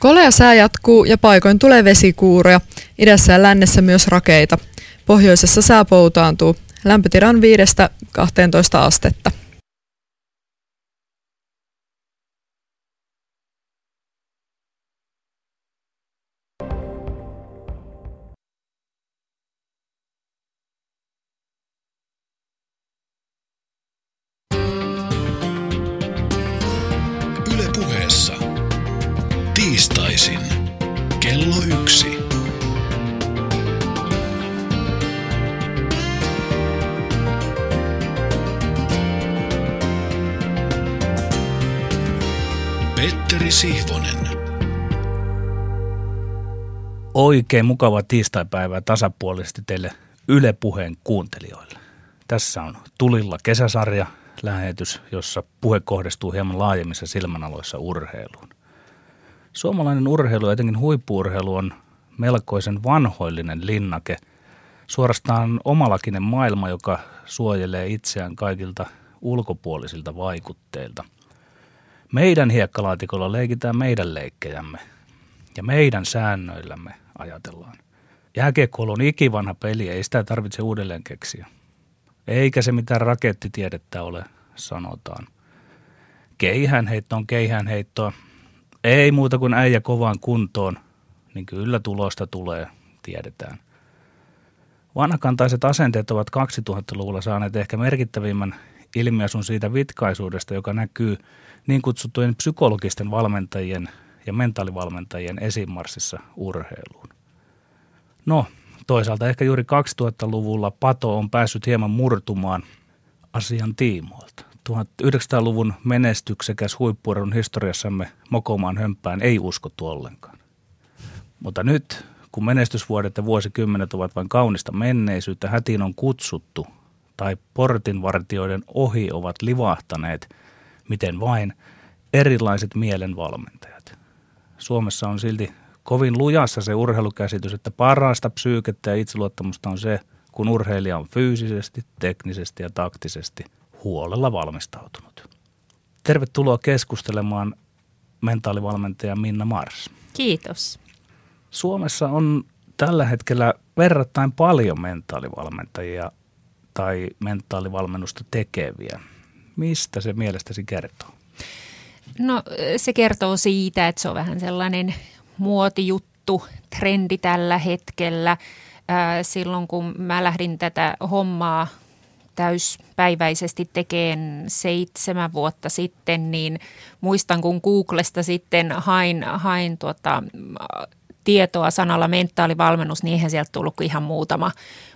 Kolea sää jatkuu ja paikoin tulee vesikuuroja, idässä ja lännessä myös rakeita. Pohjoisessa sää poutaantuu. Lämpötila on 5–12 astetta. Yle Puheessa. Tiistaisin kello 1. Petteri Sihvonen. Oikein mukavaa tiistaipäivää tasapuolisesti teille Yle Puheen kuuntelijoille. Tässä on Tulilla kesäsarja lähetys, jossa puhe kohdistuu hieman laajemmissa silmänaloissa urheiluun. Suomalainen urheilu ja etenkin huippu-urheilu on melkoisen vanhoillinen linnake, suorastaan omalakinen maailma, joka suojelee itseään kaikilta ulkopuolisilta vaikutteilta. Meidän hiekkalaatikolla leikitään meidän leikkejämme ja meidän säännöillämme ajatellaan. Jääkiekko on ikivanha peli, ei sitä tarvitse uudelleen keksiä. Eikä se mitään rakettitiedettä ole, sanotaan. Keihäänheitto on keihäänheittoa. Ei muuta kuin äijä kovaan kuntoon, niin kyllä tulosta tulee, tiedetään. Vanhakantaiset asenteet ovat 2000-luvulla saaneet ehkä merkittävimmän ilmiasun siitä vitkaisuudesta, joka näkyy niin kutsuttujen psykologisten valmentajien ja mentaalivalmentajien esimarssissa urheiluun. No, toisaalta ehkä juuri 2000-luvulla pato on päässyt hieman murtumaan asian tiimoilta. 1900-luvun menestyksekäs huippu-urheilun historiassamme mokomaan hömpään ei uskottu ollenkaan. Mutta nyt, kun menestysvuodet ja vuosikymmenet ovat vain kaunista menneisyyttä, hätiin on kutsuttu tai portinvartijoiden ohi ovat livahtaneet, miten vain, erilaiset mielenvalmentajat. Suomessa on silti kovin lujassa se urheilukäsitys, että parasta psyykettä ja itseluottamusta on se, kun urheilija on fyysisesti, teknisesti ja taktisesti huolella valmistautunut. Tervetuloa keskustelemaan mentaalivalmentaja Minna Mars. Kiitos. Suomessa on tällä hetkellä verrattain paljon mentaalivalmentajia tai mentaalivalmennusta tekeviä. Mistä se mielestäsi kertoo? No se kertoo siitä, että se on vähän sellainen muotijuttu, trendi tällä hetkellä. Silloin kun mä lähdin tätä hommaa täyspäiväisesti tekemään 7 vuotta sitten, niin muistan kun Googlesta sitten hain tietoa sanalla mentaalivalmennus, niin eihän sieltä tullut ihan muutama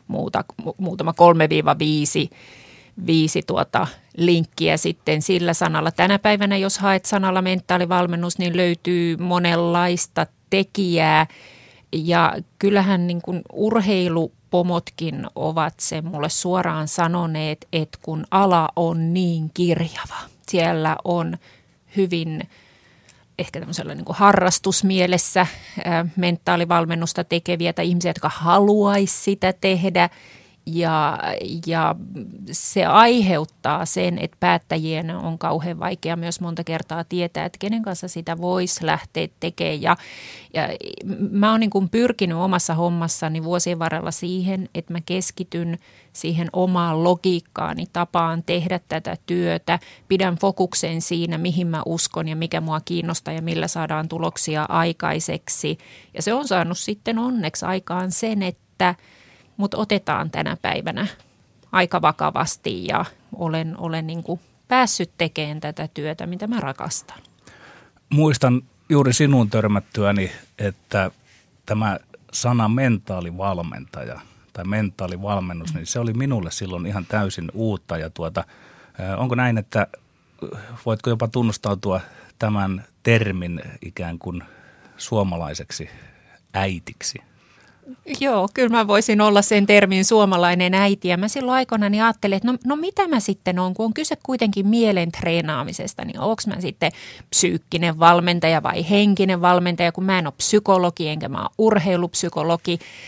3–5 linkkiä sitten sillä sanalla. Tänä päivänä, jos haet sanalla mentaalivalmennus, niin löytyy monenlaista tekijää ja kyllähän niin kuin urheilupomotkin ovat sen mulle suoraan sanoneet, että kun ala on niin kirjava, siellä on hyvin ehkä tämmöisellä niin kuin harrastusmielessä mentaalivalmennusta tekeviä tai ihmisiä, jotka haluaisi sitä tehdä. Ja se aiheuttaa sen, että päättäjien on kauhean vaikea myös monta kertaa tietää, että kenen kanssa sitä voisi lähteä tekemään. Ja mä oon niin kuin pyrkinyt omassa hommassani vuosien varrella siihen, että mä keskityn siihen omaan logiikkaani, tapaan tehdä tätä työtä. Pidän fokuksen siinä, mihin mä uskon ja mikä mua kiinnostaa ja millä saadaan tuloksia aikaiseksi. Ja se on saanut sitten onneksi aikaan sen, että mut otetaan tänä päivänä aika vakavasti ja olen niin kuin päässyt tekemään tätä työtä, mitä mä rakastan. Muistan juuri sinun törmättyäni, että tämä sana mentaalivalmentaja tai mentaalivalmennus, niin se oli minulle silloin ihan täysin uutta. Ja onko näin, että voitko jopa tunnustautua tämän termin ikään kuin suomalaiseksi äitiksi? Joo, kyllä mä voisin olla sen termin suomalainen äiti ja mä silloin aikoinani ajattelin, että no mitä mä sitten on, kun on kyse kuitenkin mielen treenaamisesta, niin onko mä sitten psyykkinen valmentaja vai henkinen valmentaja, kun mä en ole psykologi enkä mä ole urheilupsykologi.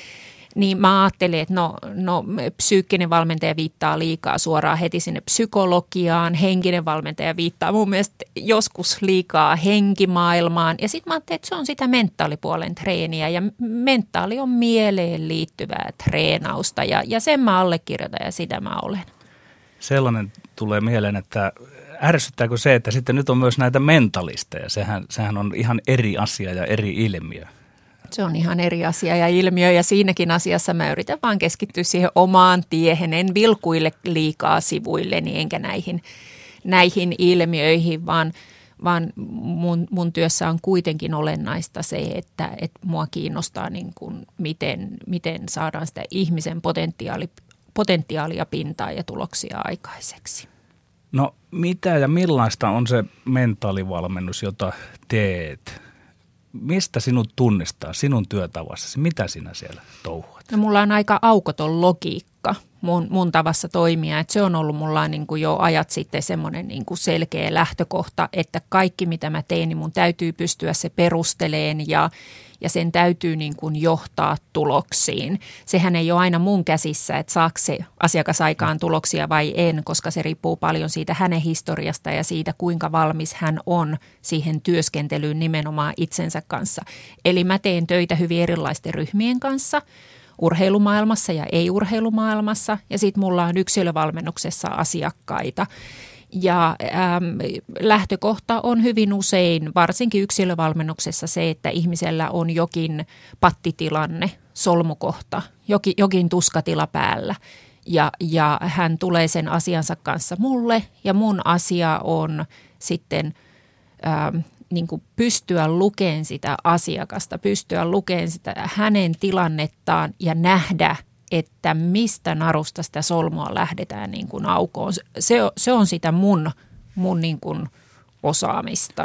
Niin mä ajattelin, että no psyykkinen valmentaja viittaa liikaa suoraan heti sinne psykologiaan, henkinen valmentaja viittaa mun mielestä joskus liikaa henkimaailmaan. Ja sitten mä ajattelin, että se on sitä mentaalipuolen treeniä ja mentaali on mieleen liittyvää treenausta ja sen mä allekirjoitan ja sitä mä olen. Sellainen tulee mieleen, että ärsyttääkö se, että sitten nyt on myös näitä mentalisteja? Sehän on ihan eri asia ja eri ilmiö. Se on ihan eri asia ja ilmiö ja siinäkin asiassa mä yritän vaan keskittyä siihen omaan tiehen. En vilkuille liikaa sivuilleni enkä näihin ilmiöihin, vaan mun työssä on kuitenkin olennaista se, että mua kiinnostaa niin kuin miten saadaan sitä ihmisen potentiaalia pintaan ja tuloksia aikaiseksi. No mitä ja millaista on se mentaalivalmennus, jota teet? Mistä sinut tunnistaa sinun työtavassasi? Mitä sinä siellä touhuat? No mulla on aika aukoton logiikka mun tavassa toimia. Että se on ollut mulla niin kuin jo ajat sitten semmoinen niin kuin selkeä lähtökohta, että kaikki mitä mä teen, niin mun täytyy pystyä se perusteleen ja sen täytyy niin kuin johtaa tuloksiin. Sehän ei ole aina mun käsissä, että saako se asiakas aikaan tuloksia vai en, koska se riippuu paljon siitä hänen historiasta ja siitä, kuinka valmis hän on siihen työskentelyyn nimenomaan itsensä kanssa. Eli mä teen töitä hyvin erilaisten ryhmien kanssa, urheilumaailmassa ja ei-urheilumaailmassa ja sitten mulla on yksilövalmennuksessa asiakkaita. Ja lähtökohta on hyvin usein, varsinkin yksilövalmennuksessa se, että ihmisellä on jokin pattitilanne, solmukohta, jokin tuskatila päällä ja hän tulee sen asiansa kanssa mulle ja mun asia on sitten niin kuin pystyä lukemaan sitä asiakasta, pystyä lukemaan sitä hänen tilannettaan ja nähdä, että mistä narusta sitä solmua lähdetään niin kuin aukoon. Se on sitä mun niin kuin osaamista.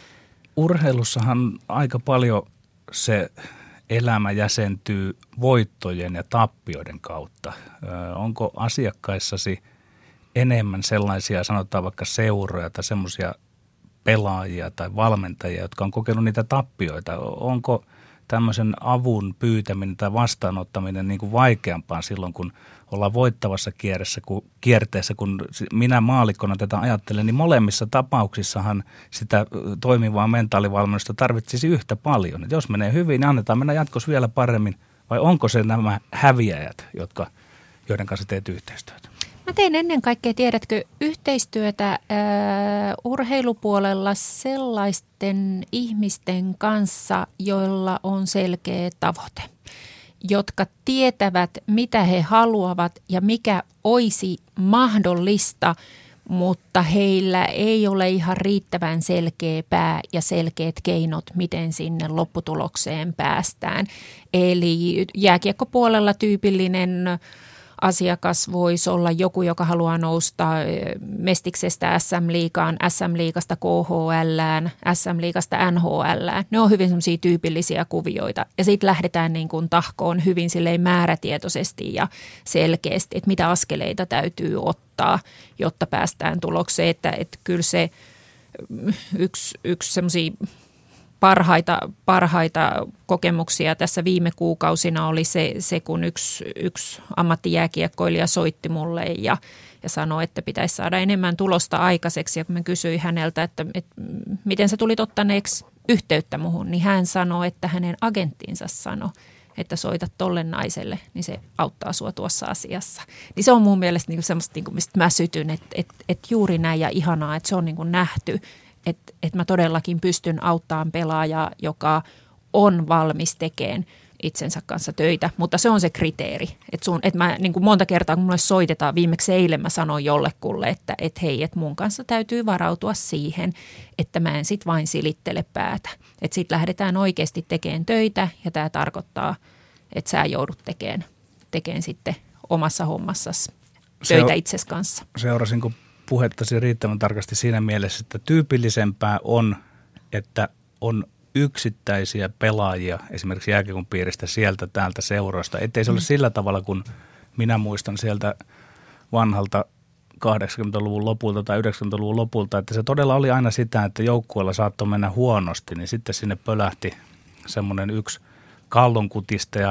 Urheilussahan aika paljon se elämä jäsentyy voittojen ja tappioiden kautta. Onko asiakkaissasi enemmän sellaisia, sanotaan vaikka seuroja tai semmoisia pelaajia tai valmentajia, jotka on kokenut niitä tappioita? Onko tämmöisen avun pyytäminen tai vastaanottaminen niin kuin vaikeampaa silloin, kun ollaan voittavassa kierteessä, kun minä maallikkona tätä ajattelen, niin molemmissa tapauksissahan sitä toimivaa mentaalivalmennusta tarvitsisi yhtä paljon. Et jos menee hyvin, niin annetaan mennä jatkossa vielä paremmin, vai onko se nämä häviäjät, joiden kanssa teet yhteistyötä? Mä teen ennen kaikkea, tiedätkö, yhteistyötä urheilupuolella sellaisten ihmisten kanssa, joilla on selkeä tavoite, jotka tietävät, mitä he haluavat ja mikä olisi mahdollista, mutta heillä ei ole ihan riittävän selkeä pää ja selkeät keinot, miten sinne lopputulokseen päästään. Eli jääkiekkopuolella tyypillinen asiakas voisi olla joku, joka haluaa nousta Mestiksestä SM-liigaan, SM-liigasta KHL:ään, SM-liigasta NHL:ään. Ne on hyvin semmoisia tyypillisiä kuvioita. Ja sitten lähdetään niin kuin tahkoon hyvin silleen määrätietoisesti ja selkeästi, että mitä askeleita täytyy ottaa, jotta päästään tulokseen. Että kyllä se yksi semmoisia parhaita kokemuksia tässä viime kuukausina oli se kun yksi ammattijääkiekkoilija soitti mulle ja sanoi, että pitäisi saada enemmän tulosta aikaiseksi. Ja kun mä kysyin häneltä, että miten sä tulit ottaneeksi yhteyttä muhun, niin hän sanoi, että hänen agenttinsa sanoi, että soitat tolle naiselle, niin se auttaa sua tuossa asiassa. Niin se on mun mielestä niin semmoista, niin mistä mä sytyn, että juuri näin ja ihanaa, että se on niin kuin nähty, että mä todellakin pystyn auttamaan pelaajaa, joka on valmis tekemään itsensä kanssa töitä, mutta se on se kriteeri. Että mä niin kuin monta kertaa, kun mulle soitetaan, viimeksi eilen mä sanoin jollekulle, että hei, että mun kanssa täytyy varautua siihen, että mä en sit vain silittele päätä. Että sit lähdetään oikeasti tekemään töitä ja tämä tarkoittaa, että sä joudut tekemään sitten omassa hommassasi töitä itses kanssa. Seurasinko puhettasi riittävän tarkasti siinä mielessä, että tyypillisempää on, että on yksittäisiä pelaajia esimerkiksi jääkiekon piiristä sieltä täältä seuroista. Ettei se ole sillä tavalla, kun minä muistan sieltä vanhalta 80-luvun lopulta tai 90-luvun lopulta, että se todella oli aina sitä, että joukkueella saattoi mennä huonosti, niin sitten sinne pölähti semmoinen yksi kallonkutista ja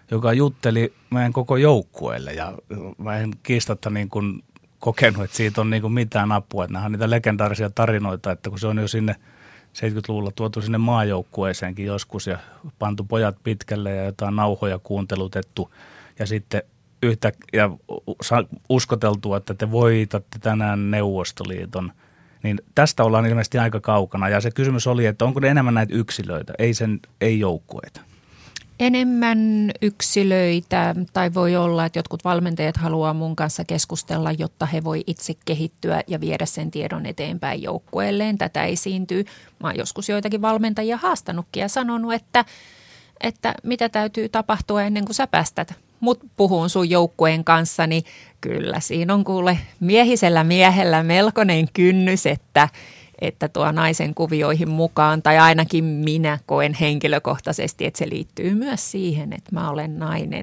joka jutteli meidän koko joukkueelle. Ja mä en kiistatta niin kuin kokenut, että siitä on niin kuin mitään apua. Että nämä on niitä legendaarisia tarinoita, että kun se on jo sinne 70-luvulla tuotu sinne maajoukkueeseenkin joskus ja pantu pojat pitkälle ja jotain nauhoja kuuntelutettu ja sitten ja uskoteltua, että te voitatte tänään Neuvostoliiton, niin tästä ollaan ilmeisesti aika kaukana. Ja se kysymys oli, että onko ne enemmän näitä yksilöitä, ei joukkueita? Enemmän yksilöitä, tai voi olla, että jotkut valmentajat haluaa mun kanssa keskustella, jotta he voi itse kehittyä ja viedä sen tiedon eteenpäin joukkueelleen. Tätä esiintyy. Mä oon joskus joitakin valmentajia haastanutkin ja sanonut, että mitä täytyy tapahtua ennen kuin sä päästät mut puhun sun joukkueen kanssa, niin kyllä siinä on kuule miehisellä miehellä melkoinen kynnys, että tuo naisen kuvioihin mukaan, tai ainakin minä koen henkilökohtaisesti, että se liittyy myös siihen, että mä olen nainen,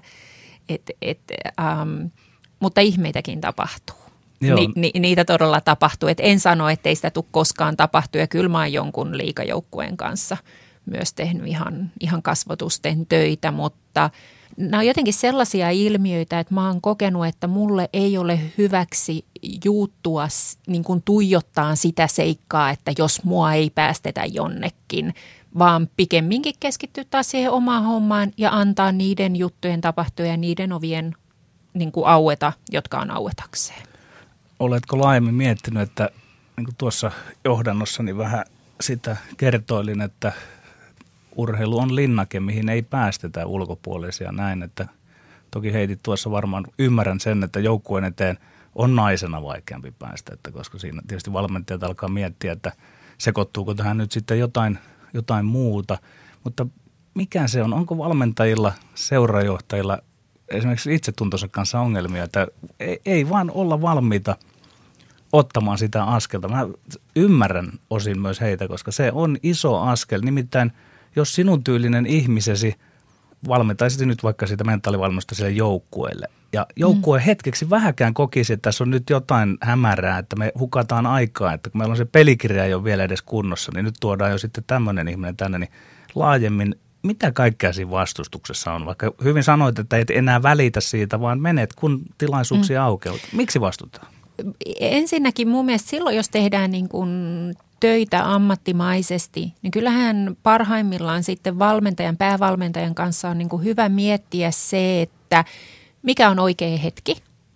mutta ihmeitäkin tapahtuu. Niitä todella tapahtuu. Et en sano, että ei sitä tule koskaan tapahtua, ja kyllä mä oon jonkun liigajoukkueen kanssa myös tehnyt ihan kasvotusten töitä, mutta nämä on jotenkin sellaisia ilmiöitä, että mä oon kokenut, että mulle ei ole hyväksi juuttua, niin kuin tuijottaa sitä seikkaa, että jos mua ei päästetä jonnekin, vaan pikemminkin keskittyä taas siihen omaan hommaan ja antaa niiden juttujen tapahtua ja niiden ovien niin kuin aueta, jotka on auetakseen. Oletko laajemmin miettinyt, että niin kuin tuossa johdannossani vähän sitä kertoilin, että urheilu on linnake, mihin ei päästetä ulkopuolisia näin, että toki heitit tuossa varmaan, ymmärrän sen, että joukkueen eteen on naisena vaikeampi päästä, että koska siinä tietysti valmentajat alkaa miettiä, että sekoittuuko tähän nyt sitten jotain muuta, mutta mikä se on, onko valmentajilla, seurajohtajilla esimerkiksi itsetuntonsa kanssa ongelmia, että ei vaan olla valmiita ottamaan sitä askelta. Mä ymmärrän osin myös heitä, koska se on iso askel, nimittäin jos sinun tyylinen ihmisesi valmentaisi nyt vaikka sitä mentaalivalmennusta sille joukkueelle ja joukkue hetkeksi vähäkään kokisi, että tässä on nyt jotain hämärää, että me hukataan aikaa, että kun meillä on se pelikirja ei ole vielä edes kunnossa, niin nyt tuodaan jo sitten tämmöinen ihminen tänne, niin laajemmin mitä kaikkea siinä vastustuksessa on? Vaikka hyvin sanoit, että et enää välitä siitä, vaan menet kun tilaisuuksia aukeutuu. Miksi vastutaan? Ensinnäkin mun mielestä silloin, jos tehdään niin kuin töitä ammattimaisesti, niin kyllähän parhaimmillaan sitten päävalmentajan kanssa on niin kuin hyvä miettiä se, että mikä on oikea hetki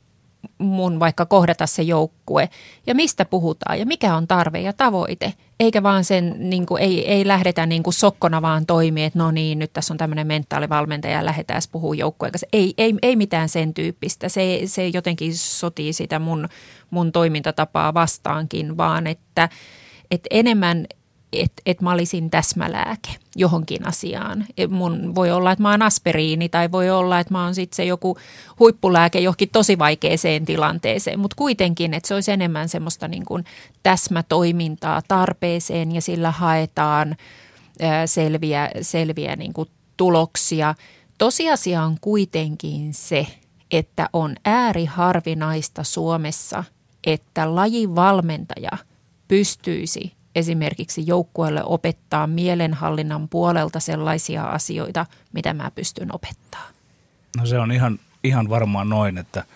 mun vaikka kohdata se joukkue ja mistä puhutaan ja mikä on tarve ja tavoite. Eikä vaan sen, niin kuin, ei lähdetä niin kuin sokkona vaan toimia, että no niin, nyt tässä on tämmöinen mentaalivalmentaja ja lähdetään puhumaan joukkueen kanssa. Ei mitään sen tyyppistä. Se jotenkin sotii sitä mun toimintatapaa vastaankin, vaan että enemmän, että mä olisin täsmälääke johonkin asiaan. Voi olla, että mä oon aspiriini tai voi olla, että mä oon sitten se joku huippulääke johonkin tosi vaikeeseen tilanteeseen, mutta kuitenkin, että se olisi enemmän semmoista niin kuin täsmätoimintaa tarpeeseen ja sillä haetaan selviä niin kuin tuloksia. Tosiasia on kuitenkin se, että on ääriharvinaista Suomessa, että lajivalmentaja pystyisi esimerkiksi joukkueelle opettaa mielenhallinnan puolelta sellaisia asioita, mitä mä pystyn opettamaan. No se on ihan varmaan noin, että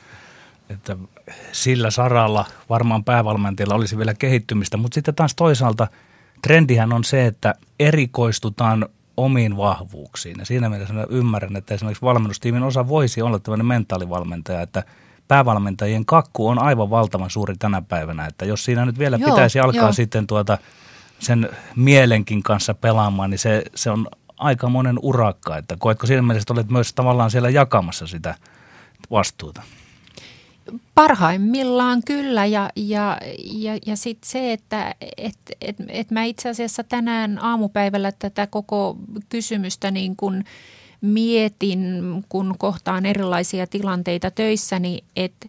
sillä saralla varmaan päävalmentajilla olisi vielä kehittymistä, mutta sitten taas toisaalta trendihän on se, että erikoistutaan omiin vahvuuksiin. Ja siinä mielessä ymmärrän, että esimerkiksi valmennustiimin osa voisi olla tämmöinen mentaalivalmentaja, että päävalmentajien kakku on aivan valtavan suuri tänä päivänä, että jos siinä nyt vielä pitäisi alkaa sitten sen mielenkin kanssa pelaamaan, niin se on aikamoinen urakka, että koetko siinä mielessä, että olet myös tavallaan siellä jakamassa sitä vastuuta? Parhaimmillaan kyllä ja sitten se, että mä itse asiassa tänään aamupäivällä tätä koko kysymystä niin kuin mietin, kun kohtaan erilaisia tilanteita töissäni, että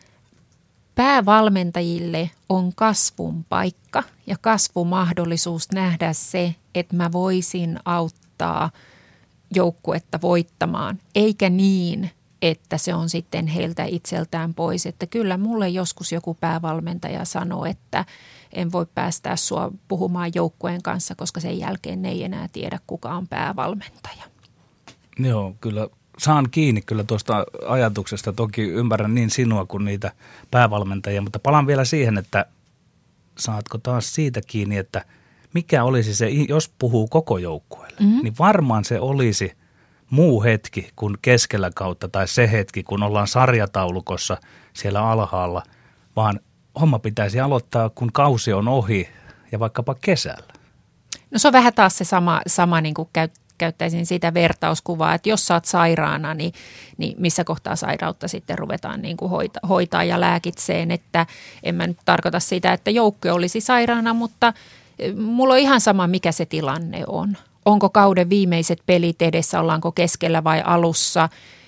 päävalmentajille on kasvun paikka ja kasvumahdollisuus nähdä se, että mä voisin auttaa joukkuetta voittamaan, eikä niin, että se on sitten heiltä itseltään pois. Että kyllä mulle joskus joku päävalmentaja sanoo, että en voi päästää sua puhumaan joukkueen kanssa, koska sen jälkeen ne ei enää tiedä, kuka on päävalmentaja. Joo, kyllä saan kiinni kyllä tuosta ajatuksesta. Toki ymmärrän niin sinua kuin niitä päävalmentajia, mutta palaan vielä siihen, että saatko taas siitä kiinni, että mikä olisi se, jos puhuu koko joukkueelle, niin varmaan se olisi muu hetki kuin keskellä kautta tai se hetki, kun ollaan sarjataulukossa siellä alhaalla, vaan homma pitäisi aloittaa, kun kausi on ohi ja vaikkapa kesällä. No se on vähän taas se sama niin kuin käyttäisin sitä vertauskuvaa, että jos sä oot sairaana, niin missä kohtaa sairautta sitten ruvetaan niin kuin hoitaa ja lääkitseen, että en mä nyt tarkoita sitä, että joukkue olisi sairaana, mutta mulla on ihan sama, mikä se tilanne on. Onko kauden viimeiset pelit edessä, ollaanko keskellä vai alussa.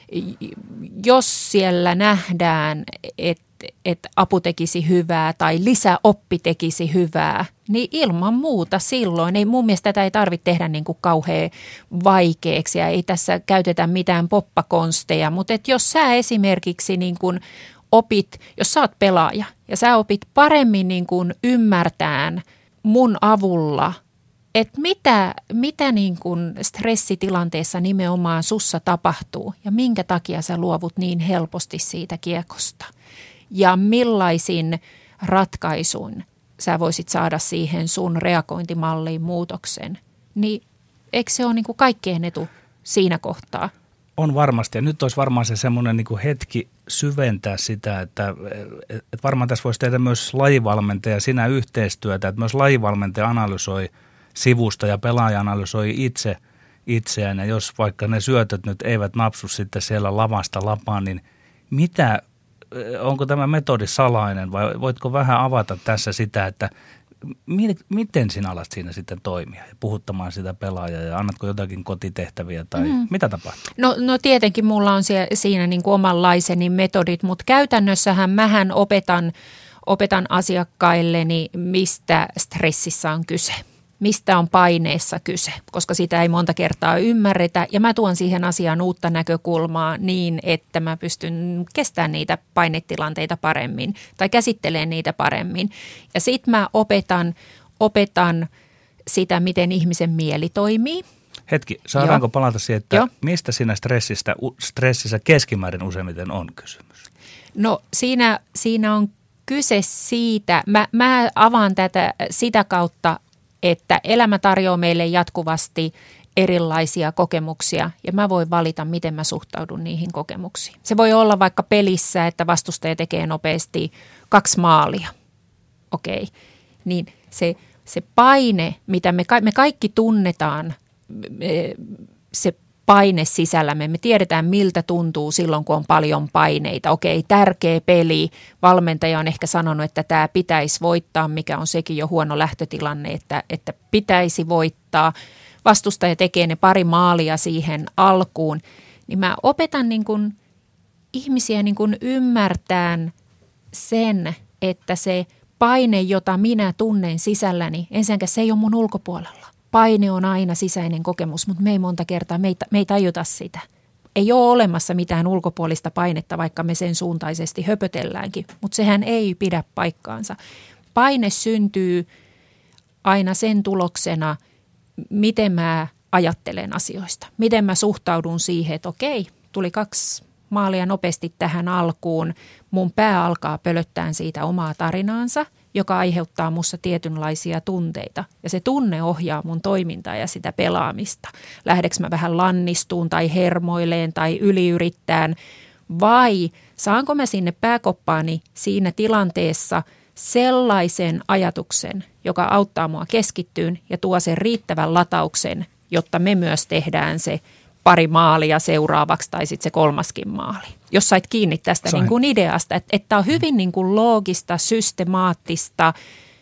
Jos siellä nähdään, että apu tekisi hyvää tai lisäoppi tekisi hyvää, niin ilman muuta silloin. Ei, mun mielestä tätä ei tarvitse tehdä niin kuin kauhean vaikeaksi ja ei tässä käytetä mitään poppakonsteja, mutta jos sä esimerkiksi niin kuin opit, jos sä oot pelaaja ja sä opit paremmin niin kuin ymmärtämään mun avulla, että mitä niin kuin stressitilanteessa nimenomaan sussa tapahtuu ja minkä takia sä luovut niin helposti siitä kiekosta. Ja millaisin ratkaisun sä voisit saada siihen sun reagointimalliin muutoksen, niin eikö se ole niin kuin kaikkien etu siinä kohtaa? On varmasti, ja nyt olisi varmaan se semmoinen niin kuin hetki syventää sitä, että varmaan tässä voisi tehdä myös lajivalmentaja sinä yhteistyötä, että myös lajivalmentaja analysoi sivusta ja pelaaja analysoi itseään, ja jos vaikka ne syötöt nyt eivät napsu sitten siellä lavasta lapaan, niin onko tämä metodi salainen vai voitko vähän avata tässä sitä, että miten sinä alat siinä sitten toimia ja puhuttamaan sitä pelaajaa ja annatko jotakin kotitehtäviä tai mitä tapahtuu? No tietenkin mulla on siinä niin kuin omanlaiseni metodit, mutta käytännössähän mähän opetan asiakkailleni, mistä stressissä on kyse. Mistä on paineessa kyse, koska sitä ei monta kertaa ymmärretä. Ja mä tuon siihen asiaan uutta näkökulmaa niin, että mä pystyn kestämään niitä painetilanteita paremmin tai käsittelemään niitä paremmin. Ja sit mä opetan sitä, miten ihmisen mieli toimii. Hetki, saadaanko palata siihen, että mistä siinä stressissä keskimäärin useimmiten on kysymys? No siinä on kyse siitä, mä avaan sitä kautta, että elämä tarjoaa meille jatkuvasti erilaisia kokemuksia ja mä voin valita, miten mä suhtaudun niihin kokemuksiin. Se voi olla vaikka pelissä, että vastustaja tekee nopeasti 2 maalia. Okei, niin se paine, mitä me kaikki tunnetaan, se paine sisällämme. Me tiedetään, miltä tuntuu silloin, kun on paljon paineita. Okei, tärkeä peli. Valmentaja on ehkä sanonut, että tämä pitäisi voittaa, mikä on sekin jo huono lähtötilanne, että pitäisi voittaa. Vastustaja tekee ne 2 maalia siihen alkuun. Niin mä opetan niin kuin ihmisiä niin kuin ymmärtämään sen, että se paine, jota minä tunnen sisälläni, ensinnäkin se ei ole mun ulkopuolella. Paine on aina sisäinen kokemus, mutta me ei monta kertaa, me ei tajuta sitä. Ei ole olemassa mitään ulkopuolista painetta, vaikka me sen suuntaisesti höpötelläänkin, mutta sehän ei pidä paikkaansa. Paine syntyy aina sen tuloksena, miten mä ajattelen asioista. Miten mä suhtaudun siihen, että okei, tuli 2 maalia nopeasti tähän alkuun. Mun pää alkaa pölöttää siitä omaa tarinaansa, joka aiheuttaa musta tietynlaisia tunteita. Ja se tunne ohjaa mun toimintaa ja sitä pelaamista. Lähdekö mä vähän lannistuun tai hermoileen tai yliyrittään vai saanko mä sinne pääkoppaani siinä tilanteessa sellaisen ajatuksen, joka auttaa mua keskittyyn ja tuo sen riittävän latauksen, jotta me myös tehdään se 2 maalia seuraavaksi tai sitten se 3. maali. Jos sait kiinni tästä niin kuin ideasta, että on hyvin niin kuin loogista, systemaattista,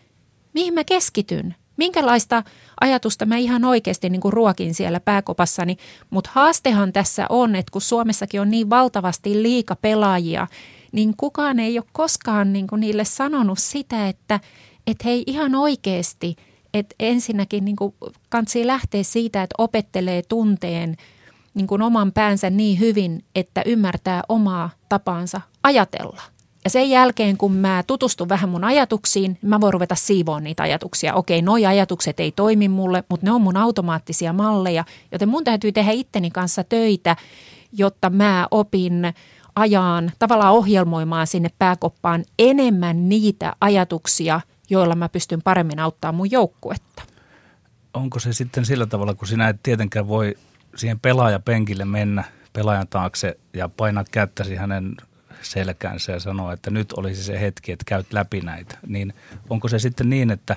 mihin mä keskityn, minkälaista ajatusta mä ihan oikeasti niin kuin ruokin siellä pääkopassani. Mutta haastehan tässä on, että kun Suomessakin on niin valtavasti liigapelaajia, niin kukaan ei ole koskaan niin kuin niille sanonut sitä, että hei ihan oikeasti, että ensinnäkin niin kuin kansi lähteä siitä, että opettelee tunteen niin kuin oman päänsä niin hyvin, että ymmärtää omaa tapaansa ajatella. Ja sen jälkeen, kun mä tutustun vähän mun ajatuksiin, mä voin ruveta siivoon niitä ajatuksia. Okei, noi ajatukset ei toimi mulle, mutta ne on mun automaattisia malleja, joten mun täytyy tehdä itteni kanssa töitä, jotta mä opin ajaan, tavallaan ohjelmoimaan sinne pääkoppaan enemmän niitä ajatuksia, joilla mä pystyn paremmin auttamaan mun joukkuetta. Onko se sitten sillä tavalla, kun sinä et tietenkään voi siihen pelaajapenkille mennä pelaajan taakse ja painaa kättäsi hänen selkäänsä ja sanoa, että nyt olisi se hetki, että käyt läpi näitä, niin onko se sitten niin, että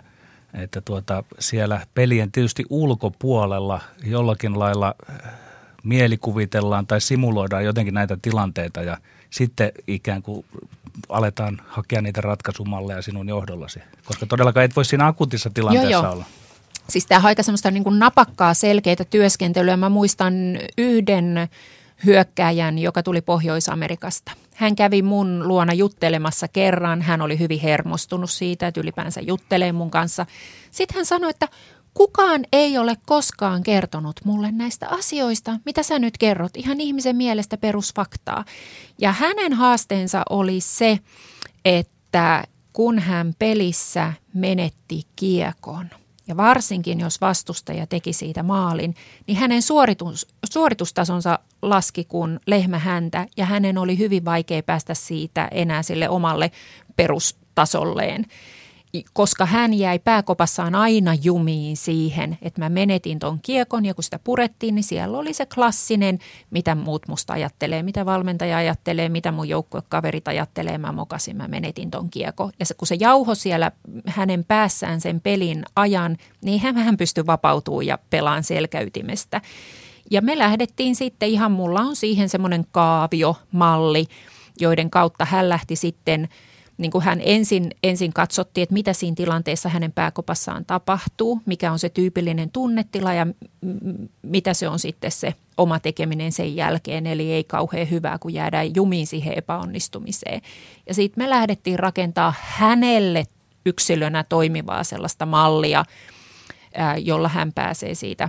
siellä pelien tietysti ulkopuolella jollakin lailla mielikuvitellaan tai simuloidaan jotenkin näitä tilanteita ja sitten ikään kuin aletaan hakea niitä ratkaisumalleja sinun johdollasi, koska todellakaan et voi siinä akuutissa tilanteessa olla. Siis tämä on aika semmoista niin kuin napakkaa, selkeitä työskentelyä. Mä muistan yhden hyökkääjän, joka tuli Pohjois-Amerikasta. Hän kävi mun luona juttelemassa kerran. Hän oli hyvin hermostunut siitä, että ylipäänsä juttelee mun kanssa. Sitten hän sanoi, että kukaan ei ole koskaan kertonut mulle näistä asioista, mitä sä nyt kerrot. Ihan ihmisen mielestä perusfaktaa. Ja hänen haasteensa oli se, että kun hän pelissä menetti kiekon, ja varsinkin, jos vastustaja teki siitä maalin, niin hänen suoritustasonsa laski kuin lehmä häntä ja hänen oli hyvin vaikea päästä siitä enää sille omalle perustasolleen. Koska hän jäi pääkopassaan aina jumiin siihen, että mä menetin ton kiekon ja kun sitä purettiin, niin siellä oli se klassinen, mitä muut musta ajattelee, mitä valmentaja ajattelee, mitä mun joukkuekaverit ajattelee, mä mokasin, mä menetin ton kiekon. Ja kun se jauho siellä hänen päässään sen pelin ajan, niin hän pystyi vapautumaan ja pelaan selkäytimestä. Ja me lähdettiin sitten ihan, mulla on siihen semmoinen kaaviomalli, joiden kautta hän lähti sitten, niin kuin hän ensin katsottiin, että mitä siinä tilanteessa hänen pääkopassaan tapahtuu, mikä on se tyypillinen tunnetila ja mitä se on sitten se oma tekeminen sen jälkeen. Eli ei kauhean hyvää, kun jäädään jumiin siihen epäonnistumiseen. Ja sitten me lähdettiin rakentaa hänelle yksilönä toimivaa sellaista mallia, jolla hän pääsee siitä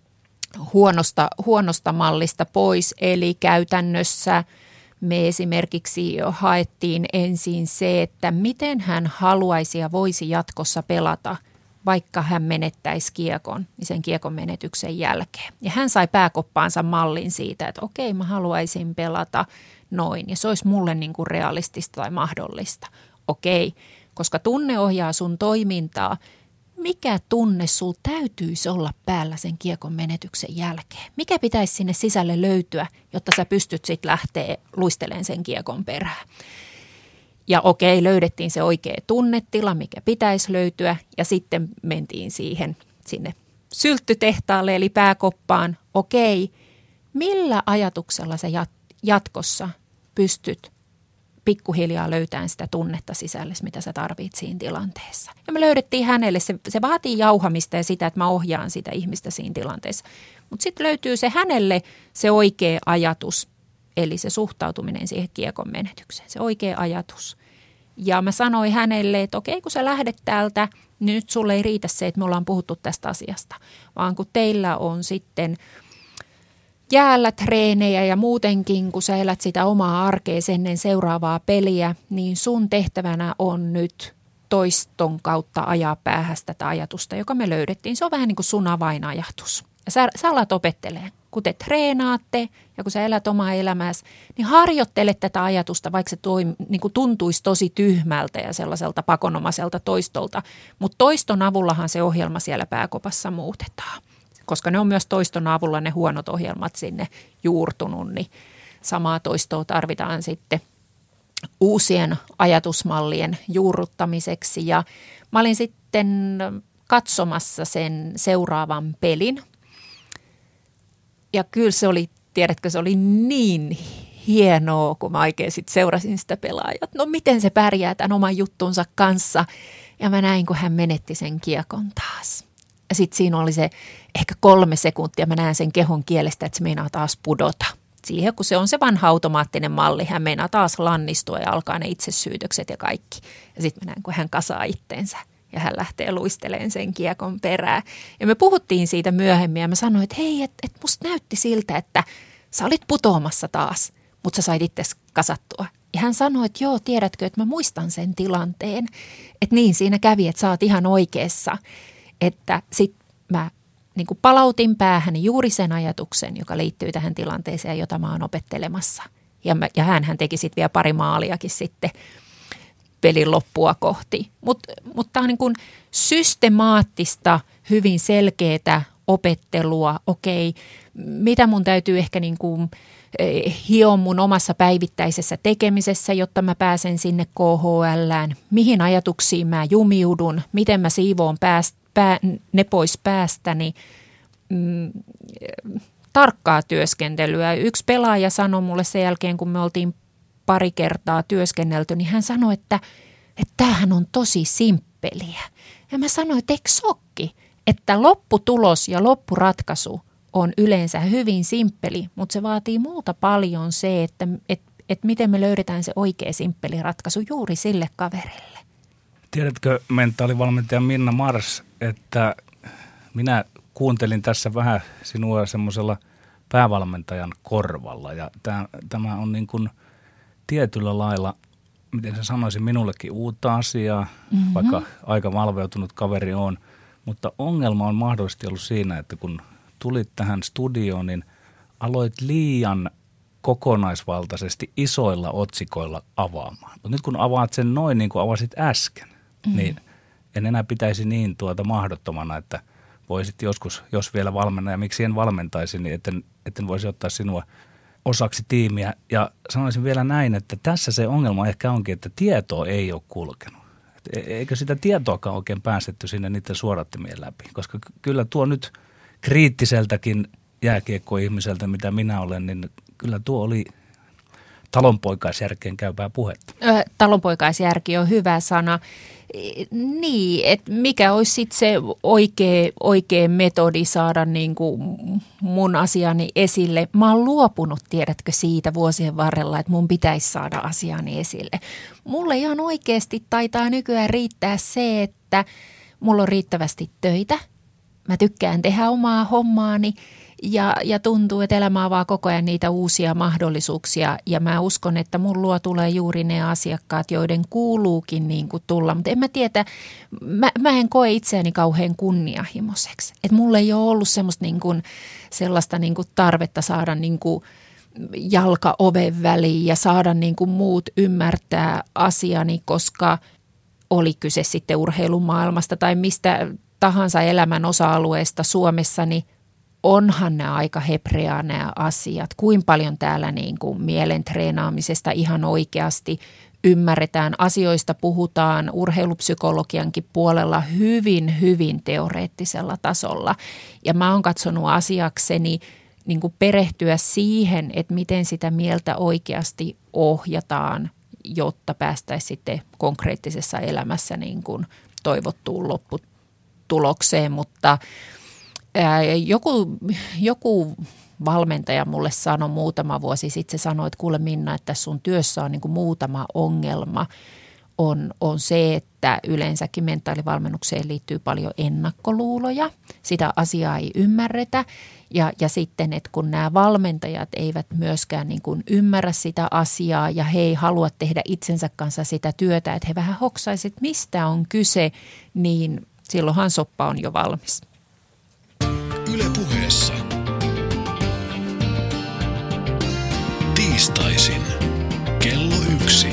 huonosta mallista pois. Eli käytännössä me esimerkiksi haettiin ensin se, että miten hän haluaisi ja voisi jatkossa pelata, vaikka hän menettäisi kiekon, niin sen kiekon menetyksen jälkeen. Ja hän sai pääkoppaansa mallin siitä, että okei, mä haluaisin pelata noin. Ja se olisi mulle niin kuin realistista tai mahdollista. Okei, koska tunne ohjaa sun toimintaa. Mikä tunne sul täytyisi olla päällä sen kiekon menetyksen jälkeen? Mikä pitäisi sinne sisälle löytyä, jotta sä pystyt sitten lähteä luistelemaan sen kiekon perään? Ja okei, löydettiin se oikea tunnetila, mikä pitäisi löytyä ja sitten mentiin sinne sylttytehtaalle eli pääkoppaan. Okei, millä ajatuksella sä jatkossa pystyt pikkuhiljaa löytämään sitä tunnetta sisälle, mitä sä tarvitset siinä tilanteessa. Ja me löydettiin hänelle, se vaatii jauhamista ja sitä, että mä ohjaan sitä ihmistä siinä tilanteessa. Mutta sitten löytyy se hänelle se oikea ajatus, eli se suhtautuminen siihen kiekon menetykseen, se oikea ajatus. Ja mä sanoin hänelle, että okei, kun sä lähdet täältä, niin nyt sulle ei riitä se, että me ollaan puhuttu tästä asiasta, vaan kun teillä on sitten jäällä treenejä ja muutenkin, kun sä elät sitä omaa arkea ennen seuraavaa peliä, niin sun tehtävänä on nyt toiston kautta ajaa päähän tätä ajatusta, joka me löydettiin. Se on vähän niin kuin sun avainajatus. Ja sä alat opettelemaan. Kun te treenaatte ja kun sä elät omaa elämääsi, niin harjoittele tätä ajatusta, vaikka se niin kuin tuntuisi tosi tyhmältä ja sellaiselta pakonomaiselta toistolta. Mutta toiston avullahan se ohjelma siellä pääkopassa muutetaan. Koska ne on myös toiston avulla ne huonot ohjelmat sinne juurtunut, niin samaa toistoa tarvitaan sitten uusien ajatusmallien juurruttamiseksi. Ja mä olin sitten katsomassa sen seuraavan pelin. Ja kyllä se oli, tiedätkö, se oli niin hienoa, kun mä oikein sitten seurasin sitä pelaajaa. No miten se pärjää tämän oman juttunsa kanssa. Ja mä näin, kun hän menetti sen kiekon taas. Ja sitten siinä oli se ehkä 3 sekuntia, mä näen sen kehon kielestä, että se meinaa taas pudota. Siihen, kun se on se vanha automaattinen malli, hän meinaa taas lannistua ja alkaa ne itsesyytökset ja kaikki. Ja sitten mä näen, kun hän kasaa itteensä ja hän lähtee luistelemaan sen kiekon perään. Ja me puhuttiin siitä myöhemmin ja mä sanoin, että hei, että musta näytti siltä, että sä olit putoamassa taas, mutta sä sait itse kasattua. Ja hän sanoi, että joo, tiedätkö, että mä muistan sen tilanteen, että niin siinä kävi, että sä oot ihan oikeassa. Että sit mä niin kuin palautin päähän juuri sen ajatuksen, joka liittyy tähän tilanteeseen, jota mä oon opettelemassa. Ja hänhän teki sitten vielä pari maaliakin sitten pelin loppua kohti. Mutta tämä on niin kuin systemaattista, hyvin selkeää opettelua. Okei, mitä mun täytyy ehkä niin kuin hioa mun omassa päivittäisessä tekemisessä, jotta mä pääsen sinne KHL:ään. Mihin ajatuksiin mä jumiudun, miten mä siivoon ne pois päästäni. Tarkkaa työskentelyä. Yksi pelaaja sanoi mulle sen jälkeen, kun me oltiin pari kertaa työskennelty, niin hän sanoi, että tämähän on tosi simppeliä. Ja mä sanoin, että eikö sokki, että lopputulos ja loppuratkaisu on yleensä hyvin simppeli, mutta se vaatii multa paljon se, että miten me löydetään se oikea simppeli ratkaisu juuri sille kaverille. Tiedätkö, mentaalivalmentaja Minna Mars, että minä kuuntelin tässä vähän sinua semmoisella päävalmentajan korvalla ja tämä on niin kuin tietyllä lailla, miten sä sanoisin, minullekin uutta asiaa, vaikka aika valveutunut kaveri on, mutta ongelma on mahdollisesti ollut siinä, että kun tulit tähän studioon, niin aloit liian kokonaisvaltaisesti isoilla otsikoilla avaamaan. Mutta nyt kun avaat sen noin niin kuin avasit äsken, niin en enää pitäisi niin mahdottomana, että voisit joskus, jos vielä valmenna ja miksi en valmentaisi, niin etten voisi ottaa sinua osaksi tiimiä. Ja sanoisin vielä näin, että tässä se ongelma ehkä onkin, että tietoa ei ole kulkenut. Eikö sitä tietoakaan oikein päästetty sinne niiden suodattimien läpi? Koska kyllä tuo nyt kriittiseltäkin jääkiekkoihmiseltä, mitä minä olen, niin kyllä tuo oli talonpoikaisjärkeen käypää puhetta. Talonpoikaisjärki on hyvä sana. Niin, että mikä olisi sitten se oikea metodi saada niin kuin mun asiani esille. Mä oon luopunut, tiedätkö, siitä vuosien varrella, että mun pitäisi saada asiani esille. Mulle ihan oikeasti taitaa nykyään riittää se, että mulla on riittävästi töitä. Mä tykkään tehdä omaa hommaani. Ja tuntuu, että elämä avaa koko ajan niitä uusia mahdollisuuksia ja mä uskon, että mun luo tulee juuri ne asiakkaat, joiden kuuluukin niin kuin tulla. Mutta en mä tiedä, mä en koe itseäni kauhean kunnianhimoiseksi. Että mulla ei ole ollut semmoista niin kuin, sellaista niin kuin tarvetta saada niin kuin jalka oven väliin ja saada niin kuin muut ymmärtää asiani, koska oli kyse sitten urheilumaailmasta tai mistä tahansa elämän osa-alueesta Suomessa, niin onhan nämä aika hebreaa nämä asiat. Kuinka paljon täällä niin kuin mielen treenaamisesta ihan oikeasti ymmärretään. Asioista puhutaan urheilupsykologiankin puolella hyvin, hyvin teoreettisella tasolla. Ja mä oon katsonut asiakseni niin kuin perehtyä siihen, että miten sitä mieltä oikeasti ohjataan, jotta päästäisiin sitten konkreettisessa elämässä niin kuin toivottuun lopputulokseen, mutta joku valmentaja mulle sanoi muutama vuosi sitten, se sanoi, että kuule Minna, että sun työssä on niin kuin muutama ongelma. On se, että yleensäkin mentaalivalmennukseen liittyy paljon ennakkoluuloja, sitä asiaa ei ymmärretä ja sitten, että kun nämä valmentajat eivät myöskään niin kuin ymmärrä sitä asiaa ja he ei halua tehdä itsensä kanssa sitä työtä, että he vähän hoksaisivat, mistä on kyse, niin silloinhan soppa on jo valmis. Yle Puheessa. Tiistaisin kello 1.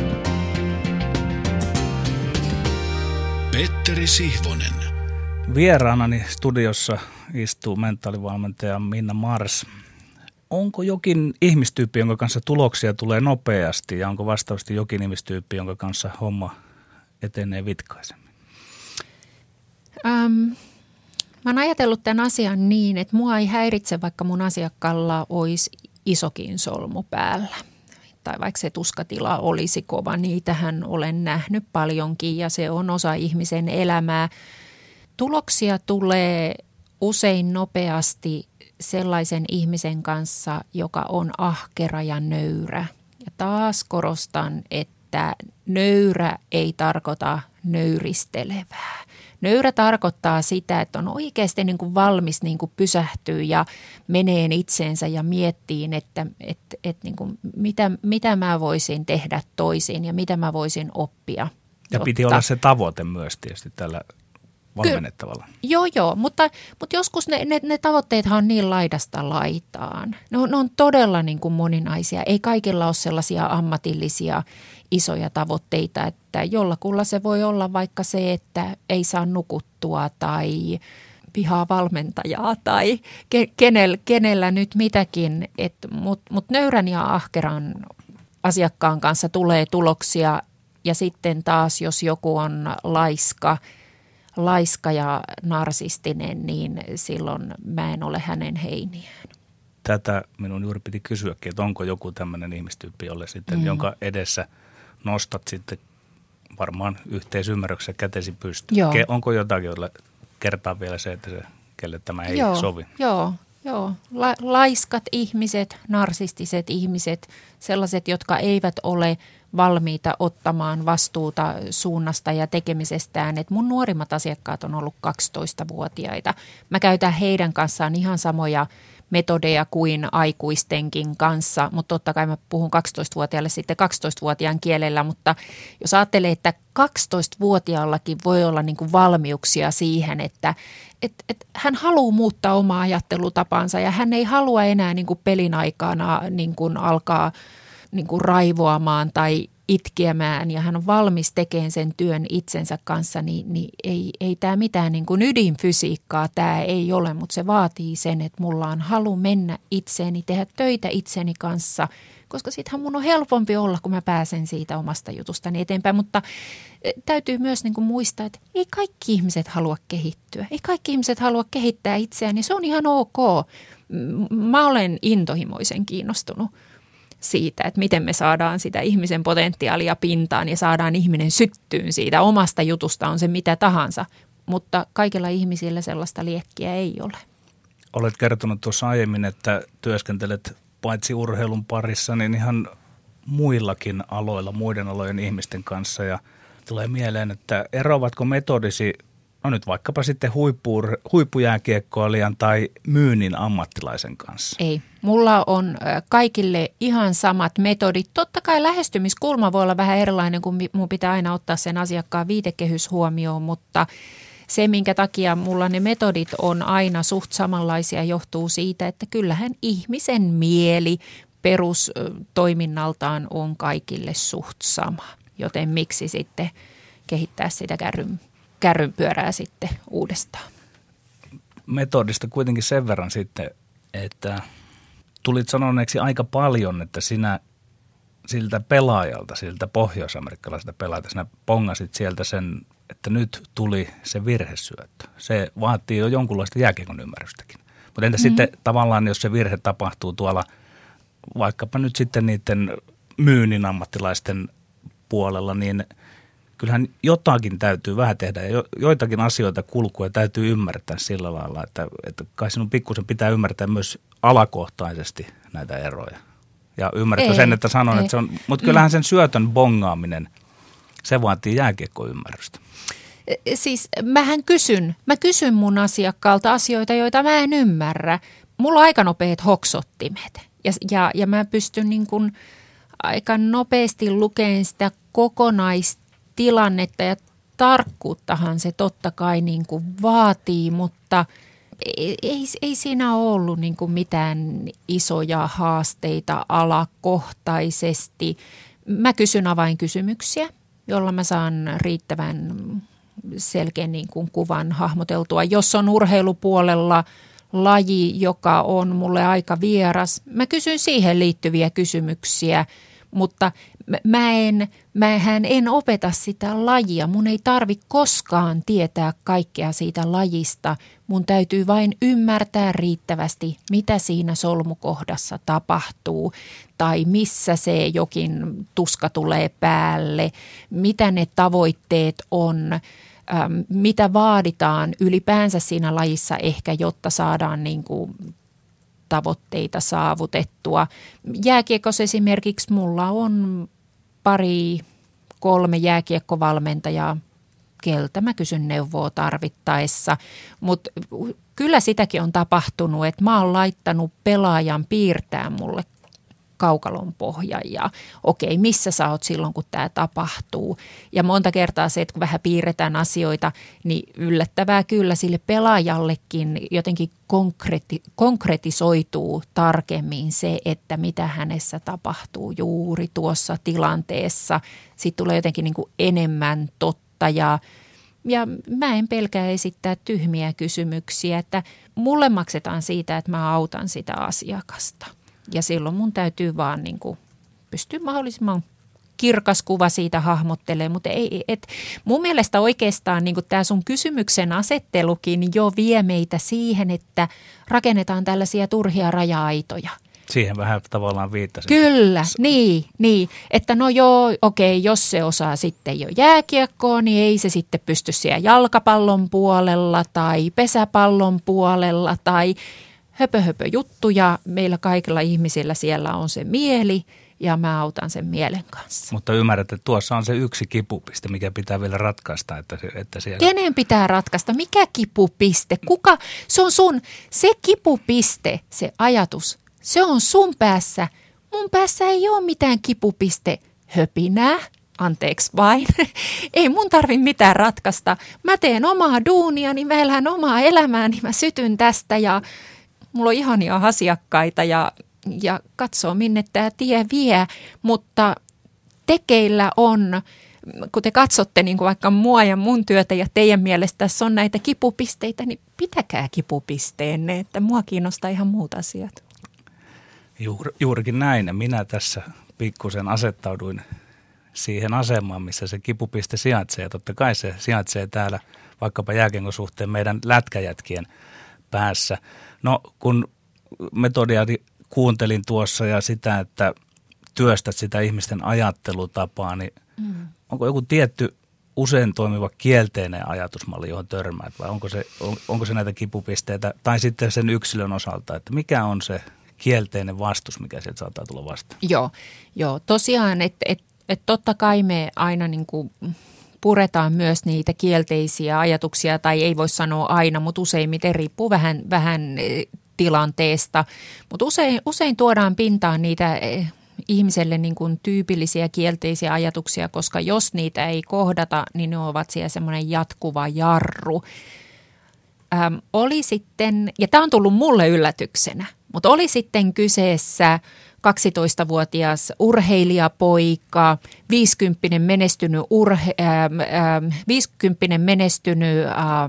Petteri Sihvonen. Vieraanani studiossa istuu mentaalivalmentaja Minna Mars. Onko jokin ihmistyyppi, jonka kanssa tuloksia tulee nopeasti ja onko vastaavasti jokin ihmistyyppi, jonka kanssa homma etenee vitkaisemmin? Mä oon ajatellut tämän asian niin, että mua ei häiritse, vaikka mun asiakkaalla olisi isokin solmu päällä. Tai vaikka se tuskatila olisi kova, niitähän olen nähnyt paljonkin ja se on osa ihmisen elämää. Tuloksia tulee usein nopeasti sellaisen ihmisen kanssa, joka on ahkera ja nöyrä. Ja taas korostan, että nöyrä ei tarkoita nöyristelevää. Nöyrä tarkoittaa sitä, että on oikeasti niin kuin valmis niin kuin pysähtyä ja menee itseensä ja miettii, että niin kuin mitä mä voisin tehdä toisin ja mitä mä voisin oppia. Ja piti olla se tavoite myös tietysti tällä valmennettavalla. Joo, mutta joskus ne tavoitteethan on niin laidasta laitaan. Ne on todella niin kuin moninaisia. Ei kaikilla ole sellaisia ammatillisia isoja tavoitteita, että jollakulla se voi olla vaikka se, että ei saa nukuttua tai pihaa valmentajaa tai kenellä nyt mitäkin. Mutta nöyrän ja ahkeran asiakkaan kanssa tulee tuloksia ja sitten taas jos joku on laiska ja narsistinen, niin silloin mä en ole hänen heiniään. Tätä minun juuri piti kysyäkin, että onko joku tämmöinen ihmistyyppi, jolle sitten, jonka edessä nostat sitten varmaan yhteisymmärryksessä kätesi pystyyn. Onko jotakin, jolle kertaa vielä se, että kelle tämä ei sovi? Joo. Laiskat ihmiset, narsistiset ihmiset, sellaiset, jotka eivät ole valmiita ottamaan vastuuta suunnasta ja tekemisestään. Et mun nuorimmat asiakkaat on ollut 12-vuotiaita. Mä käytän heidän kanssaan ihan samoja metodeja kuin aikuistenkin kanssa, mutta totta kai mä puhun 12-vuotiaille sitten 12-vuotiaan kielellä, mutta jos ajattelee, että 12-vuotiaallakin voi olla niin kuin valmiuksia siihen, että hän haluaa muuttaa omaa ajattelutapansa ja hän ei halua enää niin kuin pelin aikana niin kuin alkaa niin kuin raivoamaan tai itkeämään ja hän on valmis tekemään sen työn itsensä kanssa, niin ei tämä mitään niin kuin ydinfysiikkaa tämä ei ole, mutta se vaatii sen, että mulla on halu mennä itseeni, tehdä töitä itseni kanssa, koska sittenhän mun on helpompi olla, kun mä pääsen siitä omasta jutustani eteenpäin, mutta täytyy myös niin kuin muistaa, että ei kaikki ihmiset halua kehittyä, ei kaikki ihmiset halua kehittää itseään, niin se on ihan ok. Mä olen intohimoisen kiinnostunut siitä, että miten me saadaan sitä ihmisen potentiaalia pintaan ja saadaan ihminen syttyyn siitä omasta jutusta, on se mitä tahansa, mutta kaikilla ihmisillä sellaista liekkiä ei ole. Olet kertonut tuossa aiemmin, että työskentelet paitsi urheilun parissa, niin ihan muillakin aloilla, muiden alojen ihmisten kanssa ja tulee mieleen, että eroavatko metodisi, no nyt vaikkapa sitten huippujääkiekkoilijan tai myynnin ammattilaisen kanssa? Ei. Mulla on kaikille ihan samat metodit. Totta kai lähestymiskulma voi olla vähän erilainen, kun mun pitää aina ottaa sen asiakkaan viitekehys huomioon, mutta se, minkä takia mulla ne metodit on aina suht samanlaisia, johtuu siitä, että kyllähän ihmisen mieli perustoiminnaltaan on kaikille suht sama, joten miksi sitten kehittää sitä kärrynpyörää sitten uudestaan. Metodista kuitenkin sen verran sitten, että tulit sanoneeksi aika paljon, että sinä siltä pelaajalta, siltä pohjois-amerikkalaiselta pelaajalta, sinä pongasit sieltä sen, että nyt tuli se virhesyöttö. Se vaatii jo jonkunlaista jääkiekon ymmärrystäkin. Mutta entä sitten tavallaan, jos se virhe tapahtuu tuolla vaikkapa nyt sitten niiden myynnin ammattilaisten puolella, niin kyllähän jotakin täytyy vähän tehdä ja joitakin asioita kulkua täytyy ymmärtää sillä lailla, että kai sinun pikkusen pitää ymmärtää myös alakohtaisesti näitä eroja. Ja ymmärtää sen, että sanon, että se on, mutta kyllähän sen syötön bongaaminen, se vaatii jääkiekkoymmärrystä. Siis mä kysyn mun asiakkaalta asioita, joita mä en ymmärrä. Mulla on aika nopeat hoksottimet ja mä pystyn niin kuin aika nopeasti lukemaan sitä kokonaistilannetta ja tarkkuuttahan se totta kai niin kuin vaatii, mutta ei siinä ole ollut niin kuin mitään isoja haasteita alakohtaisesti. Mä kysyn avainkysymyksiä, jolla mä saan riittävän selkeän niin kuin kuvan hahmoteltua. Jos on urheilupuolella laji, joka on mulle aika vieras, mä kysyn siihen liittyviä kysymyksiä, mutta mähän en opeta sitä lajia. Mun ei tarvitse koskaan tietää kaikkea siitä lajista. Mun täytyy vain ymmärtää riittävästi, mitä siinä solmukohdassa tapahtuu tai missä se jokin tuska tulee päälle, mitä ne tavoitteet on, mitä vaaditaan ylipäänsä siinä lajissa ehkä, jotta saadaan niin kuin tavoitteita saavutettua. Jääkiekossa esimerkiksi mulla on 2-3 jääkiekkovalmentajaa, keltä mä kysyn neuvoa tarvittaessa, mutta kyllä sitäkin on tapahtunut, että mä oon laittanut pelaajan piirtää mulle kaukalon pohja ja okei, missä sä oot silloin, kun tämä tapahtuu. Ja monta kertaa se, että kun vähän piirretään asioita, niin yllättävää kyllä sille pelaajallekin jotenkin konkretisoituu tarkemmin se, että mitä hänessä tapahtuu juuri tuossa tilanteessa. Sitten tulee jotenkin niin kuin enemmän totta ja mä en pelkää esittää tyhmiä kysymyksiä, että mulle maksetaan siitä, että mä autan sitä asiakasta. Ja silloin mun täytyy vaan niin kuin pystyä mahdollisimman kirkas kuva siitä hahmottelemaan, mutta mun mielestä oikeastaan niin kuin tämä sun kysymyksen asettelukin jo vie meitä siihen, että rakennetaan tällaisia turhia raja-aitoja. Siihen vähän tavallaan viittasin. Kyllä, niin, että no joo, okei, jos se osaa sitten jo jääkiekkoa, niin ei se sitten pysty siellä jalkapallon puolella tai pesäpallon puolella tai höpö juttuja. Meillä kaikilla ihmisillä siellä on se mieli ja mä autan sen mielen kanssa. Mutta ymmärrät, että tuossa on se yksi kipupiste, mikä pitää vielä ratkaista. Että siellä... Kenen pitää ratkaista? Mikä kipupiste? Se kipupiste, se ajatus. Se on sun päässä. Mun päässä ei ole mitään kipupiste höpinää. Anteeksi vain. Ei mun tarvi mitään ratkaista. Mä teen omaa duuniani, mä elän omaa elämääni, mä sytyn tästä ja mulla on ihania asiakkaita ja katsoo minne tämä tie vie. Mutta tekeillä on, kun te katsotte niin kuin vaikka mua ja mun työtä ja teidän mielestä tässä on näitä kipupisteitä, niin pitäkää kipupisteenne, että mua kiinnostaa ihan muut asiat. Juurikin näin. Minä tässä pikkusen asettauduin siihen asemaan, missä se kipupiste sijaitsee. Ja totta kai se sijaitsee täällä vaikkapa jääkiekon suhteen meidän lätkäjätkien päässä. No kun metodia kuuntelin tuossa ja sitä, että työstät sitä ihmisten ajattelutapaa, niin onko joku tietty usein toimiva kielteinen ajatusmalli, johon törmäät vai onko se näitä kipupisteitä tai sitten sen yksilön osalta, että mikä on se kielteinen vastus, mikä sieltä saattaa tulla vastaan? Joo. Tosiaan, että totta kai me aina niin kuin puretaan myös niitä kielteisiä ajatuksia, tai ei voi sanoa aina, mutta useimmiten riippuu vähän tilanteesta. Mutta usein tuodaan pintaan niitä ihmiselle niin kuin tyypillisiä kielteisiä ajatuksia, koska jos niitä ei kohdata, niin ne ovat siellä semmoinen jatkuva jarru. Oli sitten, ja tämä on tullut mulle yllätyksenä, mutta oli sitten kyseessä 12-vuotias urheilijapoika, 50 menestynyt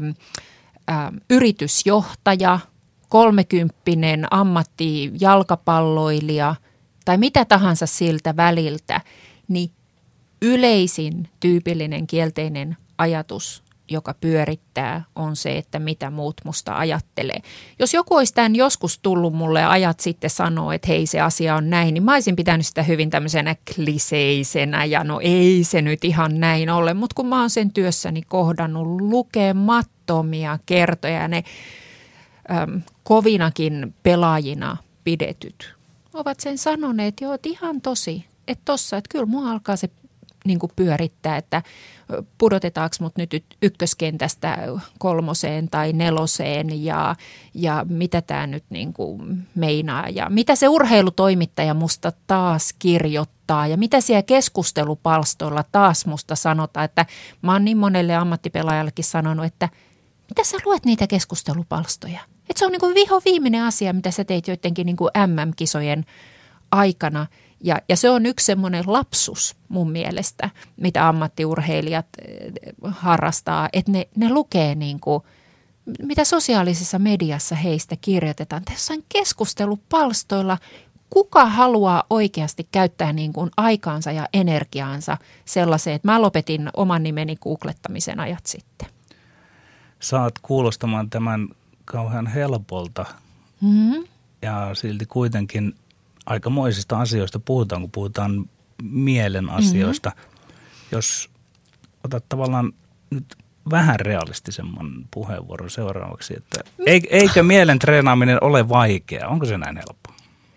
yritysjohtaja, 30 ammattijalkapalloilija tai mitä tahansa siltä väliltä, niin yleisin tyypillinen kielteinen ajatus, joka pyörittää, on se, että mitä muut musta ajattelee. Jos joku olisi tämän joskus tullut mulle ajat sitten sanoa, että hei, se asia on näin, niin mä olisin pitänyt sitä hyvin tämmöisenä kliseisenä ja no ei se nyt ihan näin ole. Mutta kun mä oon sen työssäni kohdannut lukemattomia kertoja, ne kovinakin pelaajina pidetyt ovat sen sanoneet, joo, että ihan tosi, että tossa, että kyllä mua alkaa se niin kuin pyörittää, että pudotetaanko mut nyt ykköskentästä 3 tai 4 ja mitä tämä nyt niin kuin meinaa ja mitä se urheilutoimittaja musta taas kirjoittaa ja mitä siellä keskustelupalstoilla taas musta sanotaan, että mä oon niin monelle ammattipelaajallekin sanonut, että mitä sä luet niitä keskustelupalstoja? Että se on niin kuin viimeinen asia, mitä sä teit joidenkin niin kuin MM-kisojen aikana. Ja se on yksi semmoinen lapsus mun mielestä, mitä ammattiurheilijat harrastaa, että ne lukee niin kuin, mitä sosiaalisessa mediassa heistä kirjoitetaan. Jossain keskustelupalstoilla kuka haluaa oikeasti käyttää niin kuin aikaansa ja energiaansa sellaiseen, että mä lopetin oman nimeni googlettamisen ajat sitten. Saat kuulostamaan tämän kauhean helpolta ja silti kuitenkin aikamoisista asioista puhutaan, kun puhutaan mielen asioista. Jos otat tavallaan nyt vähän realistisemman puheenvuoron seuraavaksi, että eikö mielen treenaaminen ole vaikeaa? Onko se näin helppoa?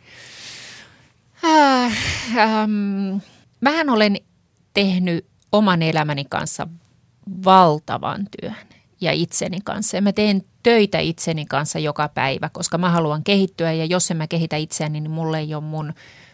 Mähän olen tehnyt oman elämäni kanssa valtavan työn ja itseni kanssa. Ja mä teen töitä itseni kanssa joka päivä, koska mä haluan kehittyä ja jos en mä kehitä itseäni, niin mulle ei ole mun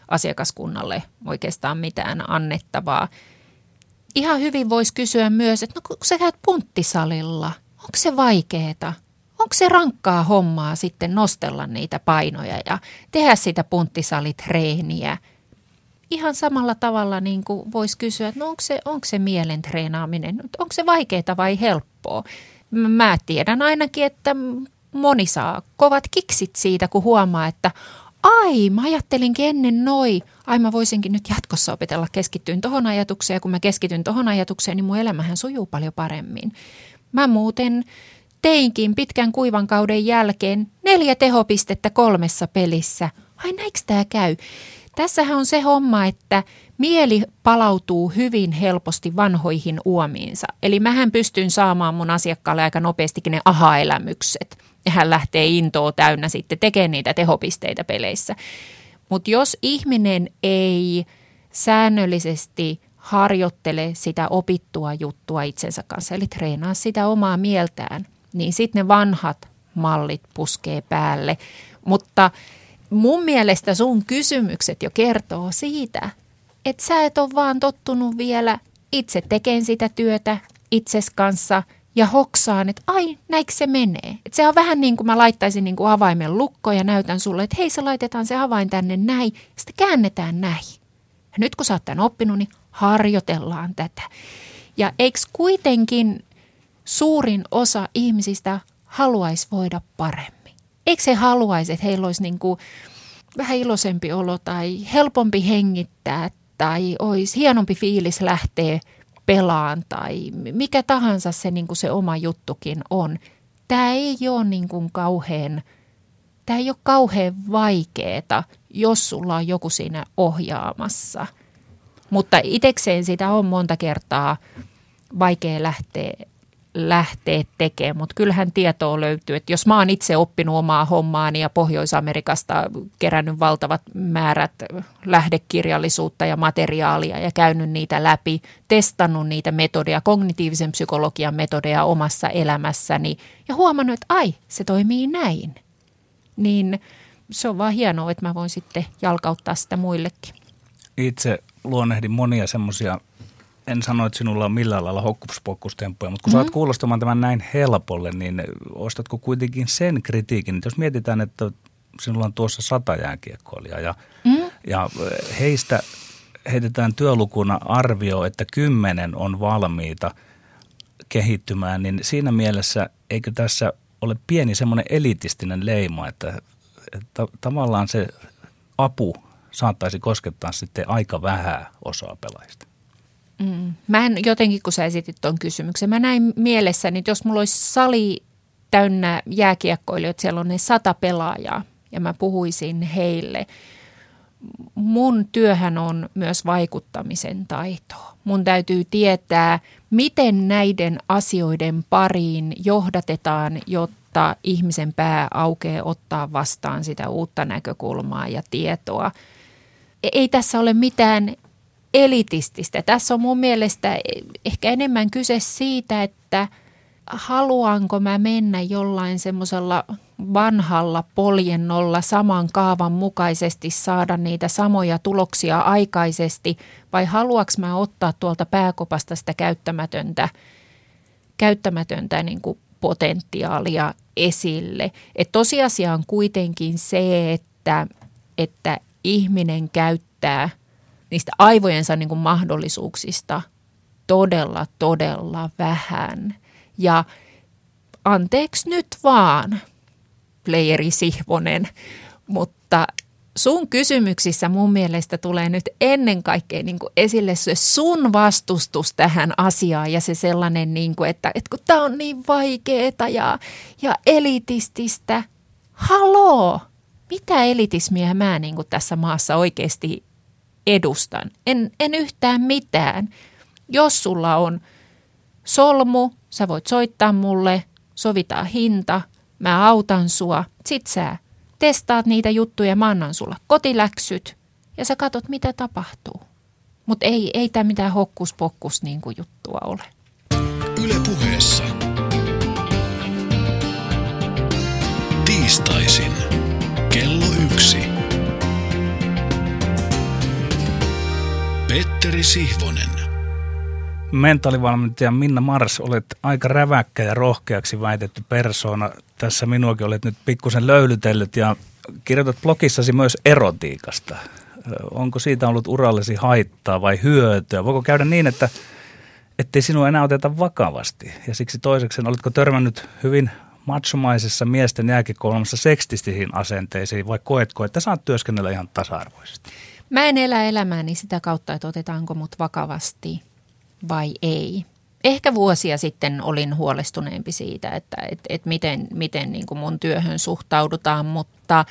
asiakaskunnalle oikeastaan mitään annettavaa. Ihan hyvin voisi kysyä myös, että no kun sä käyt punttisalilla, onko se vaikeeta? Onko se rankkaa hommaa sitten nostella niitä painoja ja tehdä sitä punttisalitreeniä? Ihan samalla tavalla niin kuin voisi kysyä, että no onko se mielen treenaaminen, onko se vaikeaa vai helppoa? Mä tiedän ainakin, että moni saa kovat kiksit siitä, kun huomaa, että mä ajattelinkin ennen mä voisinkin nyt jatkossa opetella keskittyin tohon ajatukseen, ja kun mä keskityn tohon ajatukseen, niin mun elämähän sujuu paljon paremmin. Mä muuten teinkin pitkän kuivan kauden jälkeen 4 tehopistettä 3 pelissä. Näinkö tää käy? Tässähän on se homma, että mieli palautuu hyvin helposti vanhoihin uomiinsa. Eli mähän pystyn saamaan mun asiakkaalle aika nopeastikin ne aha-elämykset. Ja hän lähtee intoa täynnä sitten tekemään niitä tehopisteitä peleissä. Mutta jos ihminen ei säännöllisesti harjoittele sitä opittua juttua itsensä kanssa, eli treenaa sitä omaa mieltään, niin sitten ne vanhat mallit puskee päälle. Mutta mun mielestä sun kysymykset jo kertoo siitä, että sä et ole vaan tottunut vielä itse tekemään sitä työtä itses kanssa ja hoksaan, että näinkö se menee. Että se on vähän niin kuin mä laittaisin niin kuin avaimen lukkoon ja näytän sulle, että hei, sä laitetaan se avain tänne näin ja sitten käännetään näin. Ja nyt kun sä oot tämän oppinut, niin harjoitellaan tätä. Ja eikö kuitenkin suurin osa ihmisistä haluaisi voida paremmin? Eikö he haluaisi, että heillä olisi niin kuin vähän iloisempi olo tai helpompi hengittää tai olisi hienompi fiilis lähteä pelaan tai mikä tahansa se, niin kuin se oma juttukin on. Tämä ei ole niin kuin kauhean vaikeeta, jos sulla on joku siinä ohjaamassa. Mutta itsekseen sitä on monta kertaa vaikea lähteä tekemään, mutta kyllähän tietoa löytyy, että jos mä oon itse oppinut omaa hommaani ja Pohjois-Amerikasta kerännyt valtavat määrät lähdekirjallisuutta ja materiaalia ja käynyt niitä läpi, testannut niitä metodeja, kognitiivisen psykologian metodeja omassa elämässäni ja huomannut, että se toimii näin, niin se on vaan hienoa, että mä voin sitten jalkauttaa sitä muillekin. Itse luonnehdin monia semmoisia, en sano, että sinulla on millään lailla hokkuspokkustempuja, mutta kun sä oot kuulostamaan tämän näin helpolle, niin ostatko kuitenkin sen kritiikin, että jos mietitään, että sinulla on tuossa 100 jääkiekkoilijaa ja heistä heitetään työlukuna arvio, että 10 on valmiita kehittymään, niin siinä mielessä eikö tässä ole pieni semmoinen elitistinen leima, että tavallaan se apu saattaisi koskettaa sitten aika vähän osaa pelaajista? Mä en jotenkin, kun sä esitit tuon kysymyksen, mä näin mielessäni, että jos mulla olisi sali täynnä jääkiekkoilijoita, siellä on ne 100 pelaajaa ja mä puhuisin heille. Mun työhän on myös vaikuttamisen taito. Mun täytyy tietää, miten näiden asioiden pariin johdatetaan, jotta ihmisen pää aukeaa ottaa vastaan sitä uutta näkökulmaa ja tietoa. Ei tässä ole mitään elitististä. Tässä on mun mielestä ehkä enemmän kyse siitä, että haluanko mä mennä jollain semmoisella vanhalla poljennolla saman kaavan mukaisesti saada niitä samoja tuloksia aikaisesti vai haluanko mä ottaa tuolta pääkopasta sitä käyttämätöntä niin kuin potentiaalia esille. Et tosiasia on kuitenkin se, että ihminen käyttää niistä aivojensa niin kuin mahdollisuuksista todella vähän. Ja anteeksi nyt vaan, playeri Sihvonen, mutta sun kysymyksissä mun mielestä tulee nyt ennen kaikkea niin kuin esille se sun vastustus tähän asiaan ja se sellainen, niin kuin, että kun tää on niin vaikeeta ja elitististä. Haloo! Mitä elitismiä mä niin kuin tässä maassa oikeasti edustan? En yhtään mitään. Jos sulla on solmu, sä voit soittaa mulle, sovitaan hinta, mä autan sua. Sit sä testaat niitä juttuja, mä annan sulla kotiläksyt ja sä katot mitä tapahtuu. Mutta ei tää mitään hokkus-pokkus niin kuin juttua ole. Yle Puheessa. Tiistaisin kello 1. Sihvonen. Mentaalivalmentaja Minna Mars, olet aika räväkkä ja rohkeaksi väitetty persoona. Tässä minuakin olet nyt pikkusen löylytellyt ja kirjoitat blogissasi myös erotiikasta. Onko siitä ollut urallesi haittaa vai hyötyä? Voiko käydä niin, että ettei sinua enää oteta vakavasti? Ja siksi toiseksi, oletko törmännyt hyvin machomaisessa miesten jääkiekko-ohjelmassa seksistisiin asenteisiin vai koetko, että saat työskennellä ihan tasa-arvoisesti? Mä en elä elämääni sitä kautta, että otetaanko mut vakavasti vai ei. Ehkä vuosia sitten olin huolestuneempi siitä, että miten niin kuin mun työhön suhtaudutaan, mutta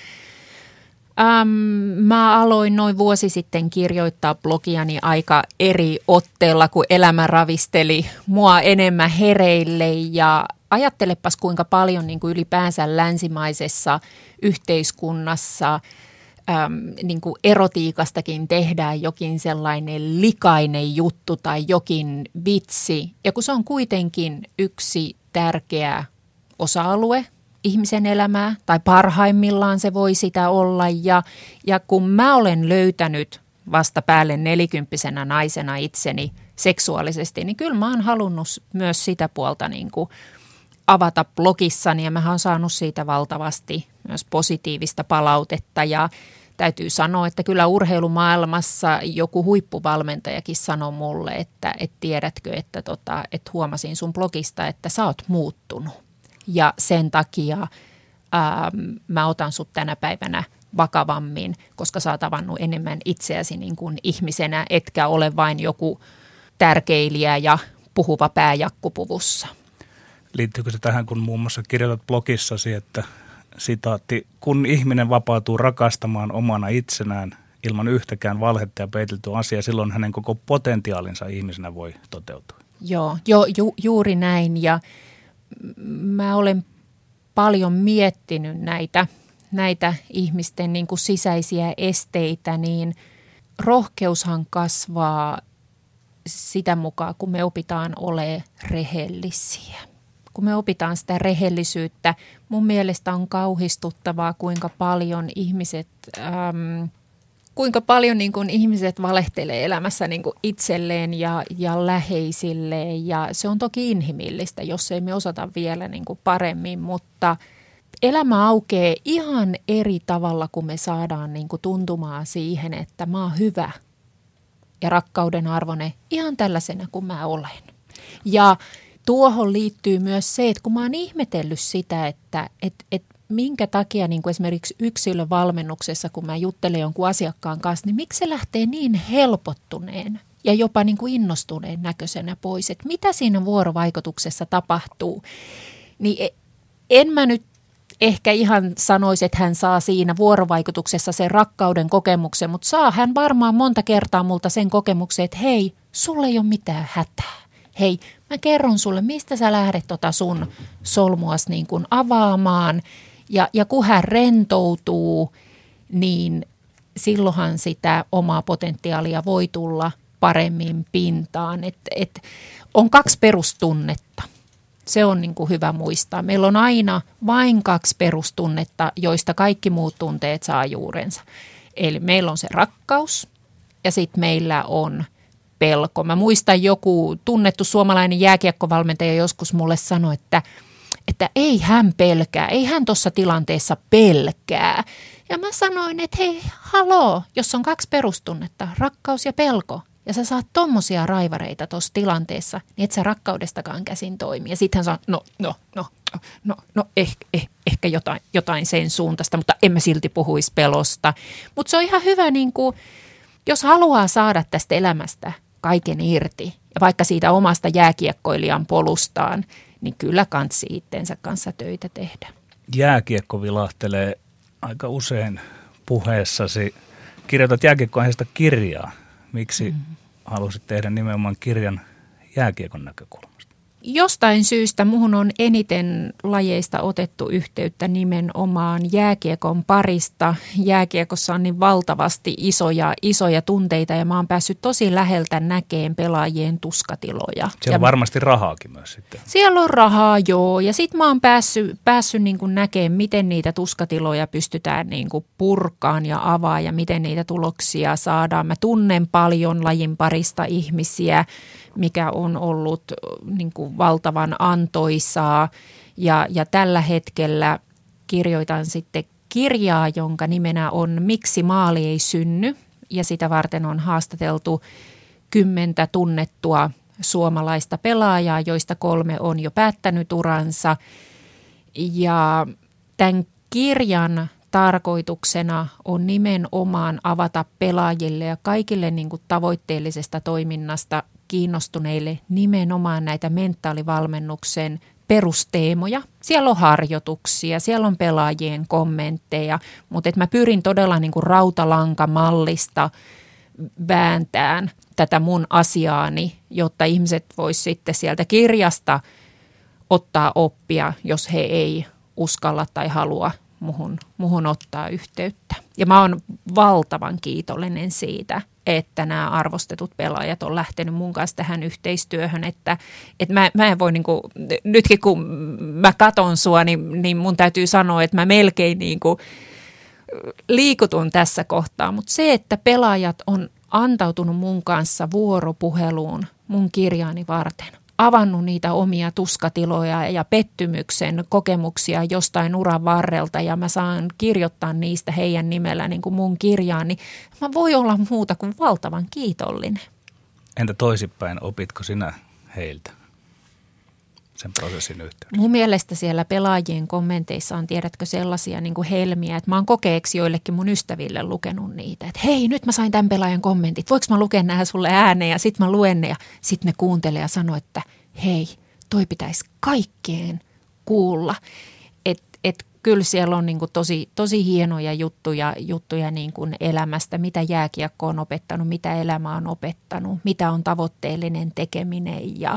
mä aloin noin vuosi sitten kirjoittaa blogiani aika eri otteella, kun elämä ravisteli mua enemmän hereille ja ajattelepas kuinka paljon niin kuin ylipäänsä länsimaisessa yhteiskunnassa niin kuin erotiikastakin tehdään jokin sellainen likainen juttu tai jokin vitsi. Ja kun se on kuitenkin yksi tärkeä osa-alue ihmisen elämää, tai parhaimmillaan se voi sitä olla. Ja kun mä olen löytänyt vasta päälle 40-vuotiaana naisena itseni seksuaalisesti, niin kyllä mä oon halunnut myös sitä puolta niin kuin avata blogissani ja mä oon saanut siitä valtavasti myös positiivista palautetta ja täytyy sanoa, että kyllä urheilumaailmassa joku huippuvalmentajakin sanoi mulle, että tiedätkö, että huomasin sun blogista, että sä oot muuttunut ja sen takia mä otan sut tänä päivänä vakavammin, koska sä oot avannut enemmän itseäsi niin kuin ihmisenä, etkä ole vain joku tärkeilijä ja puhuva pääjakkupuvussa. Liittyykö se tähän, kun muun muassa kirjoitat blogissasi, että sitaatti, kun ihminen vapautuu rakastamaan omana itsenään ilman yhtäkään valhetta ja peiteltyä asiaa, silloin hänen koko potentiaalinsa ihmisenä voi toteutua. Joo, juuri näin ja mä olen paljon miettinyt näitä ihmisten niin kuin sisäisiä esteitä, niin rohkeushan kasvaa sitä mukaan, kun me opitaan olemaan rehellisiä. Kun me opitaan sitä rehellisyyttä, mun mielestä on kauhistuttavaa, kuinka paljon niin kuin ihmiset valehtelee elämässä niin kuin itselleen ja läheisilleen. Ja se on toki inhimillistä, jos ei me osata vielä niin kuin paremmin, mutta elämä aukeaa ihan eri tavalla, kun me saadaan niin kuin tuntumaan siihen, että mä oon hyvä ja rakkauden arvoinen ihan tällaisena kuin mä olen. Ja tuohon liittyy myös se, että kun mä oon ihmetellyt sitä, että minkä takia niin kuin esimerkiksi yksilövalmennuksessa, kun mä juttelen jonkun asiakkaan kanssa, niin miksi se lähtee niin helpottuneen ja jopa niin kuin innostuneen näköisenä pois, että mitä siinä vuorovaikutuksessa tapahtuu. Niin en mä nyt ehkä ihan sanoisi, että hän saa siinä vuorovaikutuksessa sen rakkauden kokemuksen, mutta saa hän varmaan monta kertaa multa sen kokemuksen, että hei, sulla ei ole mitään hätää. Hei, mä kerron sulle, mistä sä lähdet sun solmuas niin kuin avaamaan. Ja kun hän rentoutuu, niin silloinhan sitä omaa potentiaalia voi tulla paremmin pintaan. Et on 2 perustunnetta. Se on niin kuin hyvä muistaa. Meillä on aina vain 2 perustunnetta, joista kaikki muut tunteet saa juurensa. Eli meillä on se rakkaus ja sitten meillä on pelko. Mä muistan joku tunnettu suomalainen jääkiekkovalmentaja joskus mulle sanoi, että ei hän pelkää, ei hän tuossa tilanteessa pelkää. Ja mä sanoin, että hei, haloo, jos on 2 perustunnetta, rakkaus ja pelko, ja sä saat tommosia raivareita tuossa tilanteessa, niin et sä rakkaudestakaan käsin toimi. Ja sitten hän sanoo, ehkä jotain sen suuntaista, mutta en mä silti puhuisi pelosta. Mutta se on ihan hyvä, niin kuin, jos haluaa saada tästä elämästä kaiken irti, ja vaikka siitä omasta jääkiekkoilijan polustaan, niin kyllä kansi itsensä kanssa töitä tehdä. Jääkiekko vilahtelee aika usein puheessasi. Kirjoitat jääkiekkoaiheesta kirjaa. Miksi halusit tehdä nimenomaan kirjan jääkiekon näkökulmasta? jostain syystä muhun on eniten lajeista otettu yhteyttä nimenomaan jääkiekon parista. Jääkiekossa on niin valtavasti isoja tunteita ja mä oon päässyt tosi läheltä näkemään pelaajien tuskatiloja. Siellä on varmasti rahaakin myös sitten. Siellä on rahaa, joo. Ja sit mä oon päässyt niin kuin näkemään, miten niitä tuskatiloja pystytään niin kuin purkaan ja avaa ja miten niitä tuloksia saadaan. Mä tunnen paljon lajin parista ihmisiä, mikä on ollut niin kuin valtavan antoisaa ja tällä hetkellä kirjoitan sitten kirjaa, jonka nimenä on Miksi maali ei synny ja sitä varten on haastateltu 10 tunnettua suomalaista pelaajaa, joista 3 on jo päättänyt uransa ja tämän kirjan tarkoituksena on nimenomaan avata pelaajille ja kaikille niin kuin tavoitteellisesta toiminnasta kiinnostuneille nimenomaan näitä mentaalivalmennuksen perusteemoja. Siellä on harjoituksia, siellä on pelaajien kommentteja, mutta mä pyrin todella niin kuin rautalankamallista vääntään tätä mun asiaani, jotta ihmiset vois sitten sieltä kirjasta ottaa oppia, jos he ei uskalla tai halua muhun ottaa yhteyttä. Ja mä oon valtavan kiitollinen siitä, että nämä arvostetut pelaajat on lähtenyt mun kanssa tähän yhteistyöhön, että mä en voi niinku, nytkin kun mä katon sua, niin mun täytyy sanoa, että mä melkein niinku liikutun tässä kohtaa, mutta se, että pelaajat on antautunut mun kanssa vuoropuheluun mun kirjaani varten, avannut niitä omia tuskatiloja ja pettymyksen kokemuksia jostain uran varrelta ja mä saan kirjoittaa niistä heidän nimellä niin kuin mun kirjaan, niin mä voi olla muuta kuin valtavan kiitollinen. Entä toisinpäin, opitko sinä heiltä sen prosessin yhteydessä? Mun mielestä siellä pelaajien kommenteissa on, tiedätkö, sellaisia niin kuin helmiä, että mä oon kokeeksi joillekin mun ystäville lukenut niitä, että hei, nyt mä sain tämän pelaajan kommentit, voiko mä lukea nämä sulle ääneen ja sit mä luen ne ja sit ne kuuntelee ja sanoo, että hei, toi pitäisi kaikkien kuulla. Et kyllä siellä on niin kuin tosi hienoja juttuja niin kuin elämästä, mitä jääkiekko on opettanut, mitä elämä on opettanut, mitä on tavoitteellinen tekeminen ja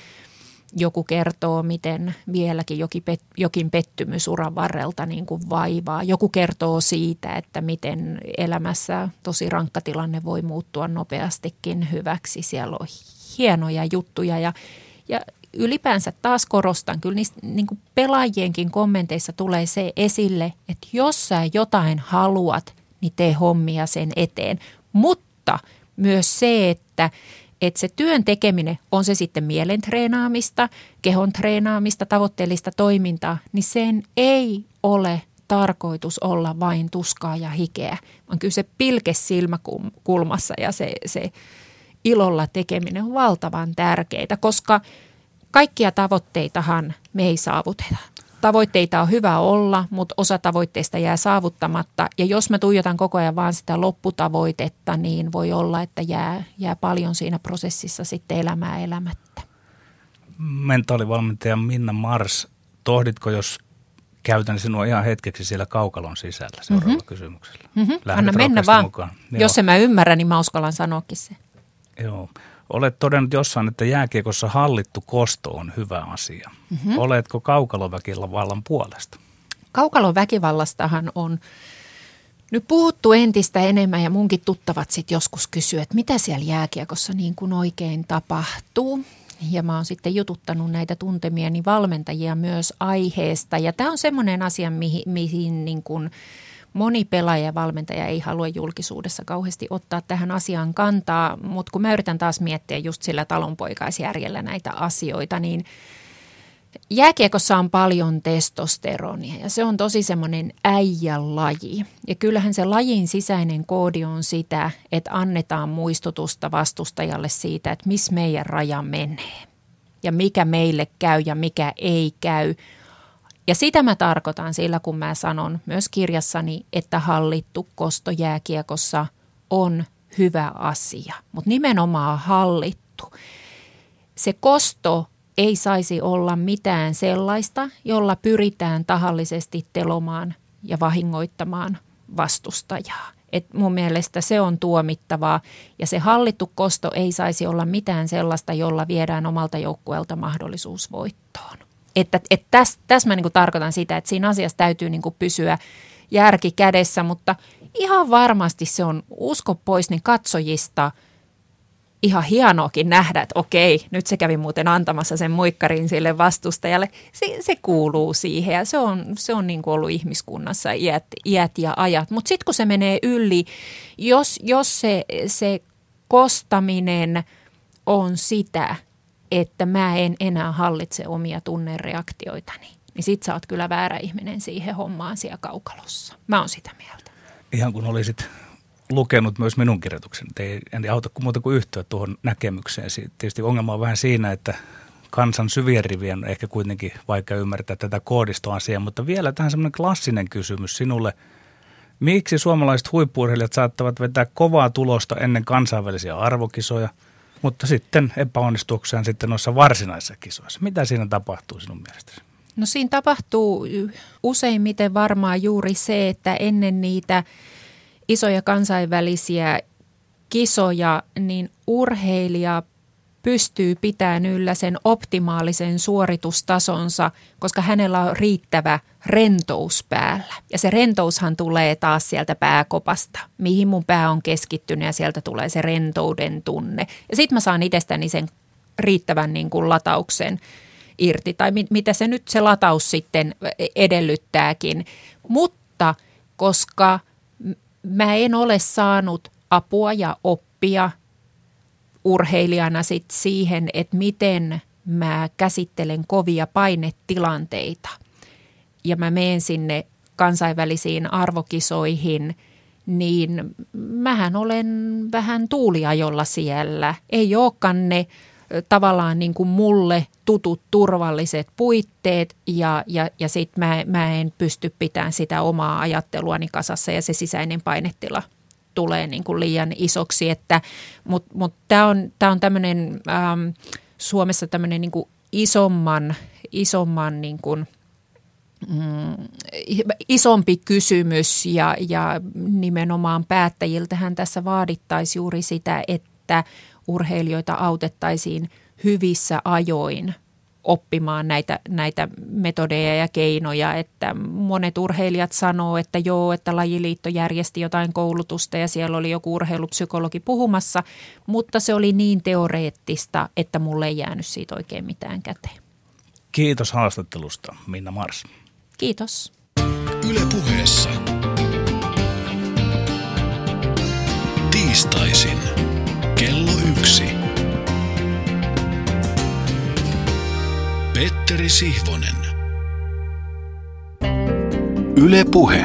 joku kertoo, miten vieläkin jokin pettymys uran varrelta niin kuin vaivaa. Joku kertoo siitä, että miten elämässä tosi rankka tilanne voi muuttua nopeastikin hyväksi. Siellä on hienoja juttuja ja ylipäänsä taas korostan, kyllä niistä niin kuin pelaajienkin kommenteissa tulee se esille, että jos sä jotain haluat, niin tee hommia sen eteen. Mutta myös se, että se työn tekeminen, on se sitten mielen treenaamista, kehon treenaamista, tavoitteellista toimintaa, niin sen ei ole tarkoitus olla vain tuskaa ja hikeä, vaan kyllä se pilke silmäkulmassa ja se ilolla tekeminen on valtavan tärkeää, koska kaikkia tavoitteitahan me ei saavuteta. Tavoitteita on hyvä olla, mutta osa tavoitteista jää saavuttamatta. Ja jos mä tuijotan koko ajan vaan sitä lopputavoitetta, niin voi olla, että jää paljon siinä prosessissa sitten elämää elämättä. Mentaalivalmentaja Minna Mars, tohditko, jos käytän sinua ihan hetkeksi siellä kaukalon sisällä seuraavalla kysymyksellä? Anna mennä vaan. Mukaan. Jos en mä ymmärrä, niin mä uskallan sanoakin se. Joo. Olet todennut jossain, että jääkiekossa hallittu kosto on hyvä asia. Oletko kaukaloväkivallan puolesta? Kaukalon väkivallastahan on nyt puhuttu entistä enemmän ja munkin tuttavat sitten joskus kysyä, että mitä siellä jääkiekossa niin kuin oikein tapahtuu. Ja mä oon sitten jututtanut näitä tuntemiani valmentajia myös aiheesta. Ja tämä on semmoinen asia, mihin niin kuin moni pelaaja ja valmentaja ei halua julkisuudessa kauheasti ottaa tähän asiaan kantaa, mutta kun mä yritän taas miettiä just sillä talonpoikaisjärjellä näitä asioita, niin jääkiekossa on paljon testosteronia ja se on tosi semmoinen äijälaji. Ja kyllähän se lajin sisäinen koodi on sitä, että annetaan muistutusta vastustajalle siitä, että missä meidän raja menee ja mikä meille käy ja mikä ei käy. Ja sitä mä tarkoitan sillä, kun mä sanon myös kirjassani, että hallittu kosto jääkiekossa on hyvä asia, mutta nimenomaan hallittu. Se kosto ei saisi olla mitään sellaista, jolla pyritään tahallisesti telomaan ja vahingoittamaan vastustajaa. Et mun mielestä se on tuomittavaa ja se hallittu kosto ei saisi olla mitään sellaista, jolla viedään omalta joukkueelta mahdollisuus voittoon. Tässä mä niinku tarkoitan sitä, että siinä asiassa täytyy niinku pysyä järki kädessä, mutta ihan varmasti se on usko pois niin katsojista ihan hienoakin nähdä, että okei, nyt se kävi muuten antamassa sen muikkarin sille vastustajalle. Se kuuluu siihen ja se on niin kuin ollut ihmiskunnassa iät ja ajat. Mutta sitten kun se menee yli, jos se kostaminen on sitä, että mä en enää hallitse omia tunnereaktioitani, niin sit sä oot kyllä väärä ihminen siihen hommaan siellä kaukalossa. Mä oon sitä mieltä. Ihan kun olisit lukenut myös minun kirjoituksen. En auta muuta kuin yhtyä tuohon näkemykseen. Tietysti ongelma on vähän siinä, että kansan syvien rivien on ehkä kuitenkin vaikea ymmärtää tätä koodistoasiaa, mutta vielä tähän semmoinen klassinen kysymys sinulle. Miksi suomalaiset huippu-urheilijat saattavat vetää kovaa tulosta ennen kansainvälisiä arvokisoja, mutta sitten epäonnistukseen sitten noissa varsinaisissa kisoissa? Mitä siinä tapahtuu sinun mielestäsi? No siinä tapahtuu useimmiten varmaan juuri se, että ennen niitä isoja kansainvälisiä kisoja, niin urheilija pystyy pitämään yllä sen optimaalisen suoritustasonsa, koska hänellä on riittävä rentous päällä. Ja se rentoushan tulee taas sieltä pääkopasta, mihin mun pää on keskittynyt ja sieltä tulee se rentouden tunne. Ja sitten mä saan itsestäni sen riittävän niin kuin latauksen irti, tai mitä se nyt se lataus sitten edellyttääkin. Mutta koska mä en ole saanut apua ja oppia urheilijana sit siihen, että miten mä käsittelen kovia painetilanteita. Ja mä menen sinne kansainvälisiin arvokisoihin, niin mähän olen vähän tuuliajolla siellä. Ei olekaan ne tavallaan niin kuin mulle tutut turvalliset puitteet ja sitten mä en pysty pitämään sitä omaa ajatteluani kasassa ja se sisäinen painetila tulee niin kuin liian isoksi. Mutta tämä on tämmöinen Suomessa tämmöinen niin kuin isomman niin kuin, isompi kysymys ja nimenomaan päättäjiltähän tässä vaadittaisi juuri sitä, että urheilijoita autettaisiin hyvissä ajoin oppimaan näitä metodeja ja keinoja, että monet urheilijat sanoo, että joo, että lajiliitto järjesti jotain koulutusta ja siellä oli joku urheilupsykologi puhumassa, mutta se oli niin teoreettista, että mulle ei jäänyt siitä oikein mitään käteen. Kiitos haastattelusta, Minna Mars. Kiitos. Yle Puheessa. Tiistaisin kello 1. Petteri Sihvonen. Yle Puhe.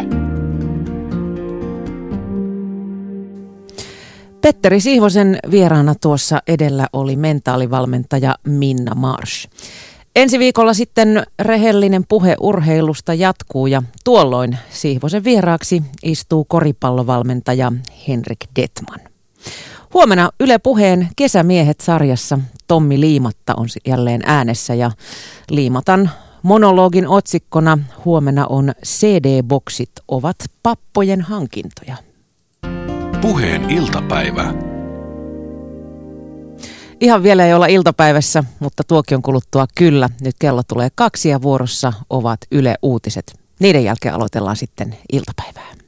Petteri Sihvosen vieraana tuossa edellä oli mentaalivalmentaja Minna Mars. Ensi viikolla sitten rehellinen puhe urheilusta jatkuu ja tuolloin Sihvosen vieraaksi istuu koripallovalmentaja Henrik Detman. Huomenna Yle Puheen Kesämiehet-sarjassa Tommi Liimatta on jälleen äänessä ja Liimatan monologin otsikkona huomenna on CD-boksit ovat pappojen hankintoja. Puheen iltapäivä. Ihan vielä ei olla iltapäivässä, mutta tuokion kuluttua kyllä. Nyt kello tulee 2 ja vuorossa ovat Yle Uutiset. Niiden jälkeen aloitellaan sitten iltapäivää.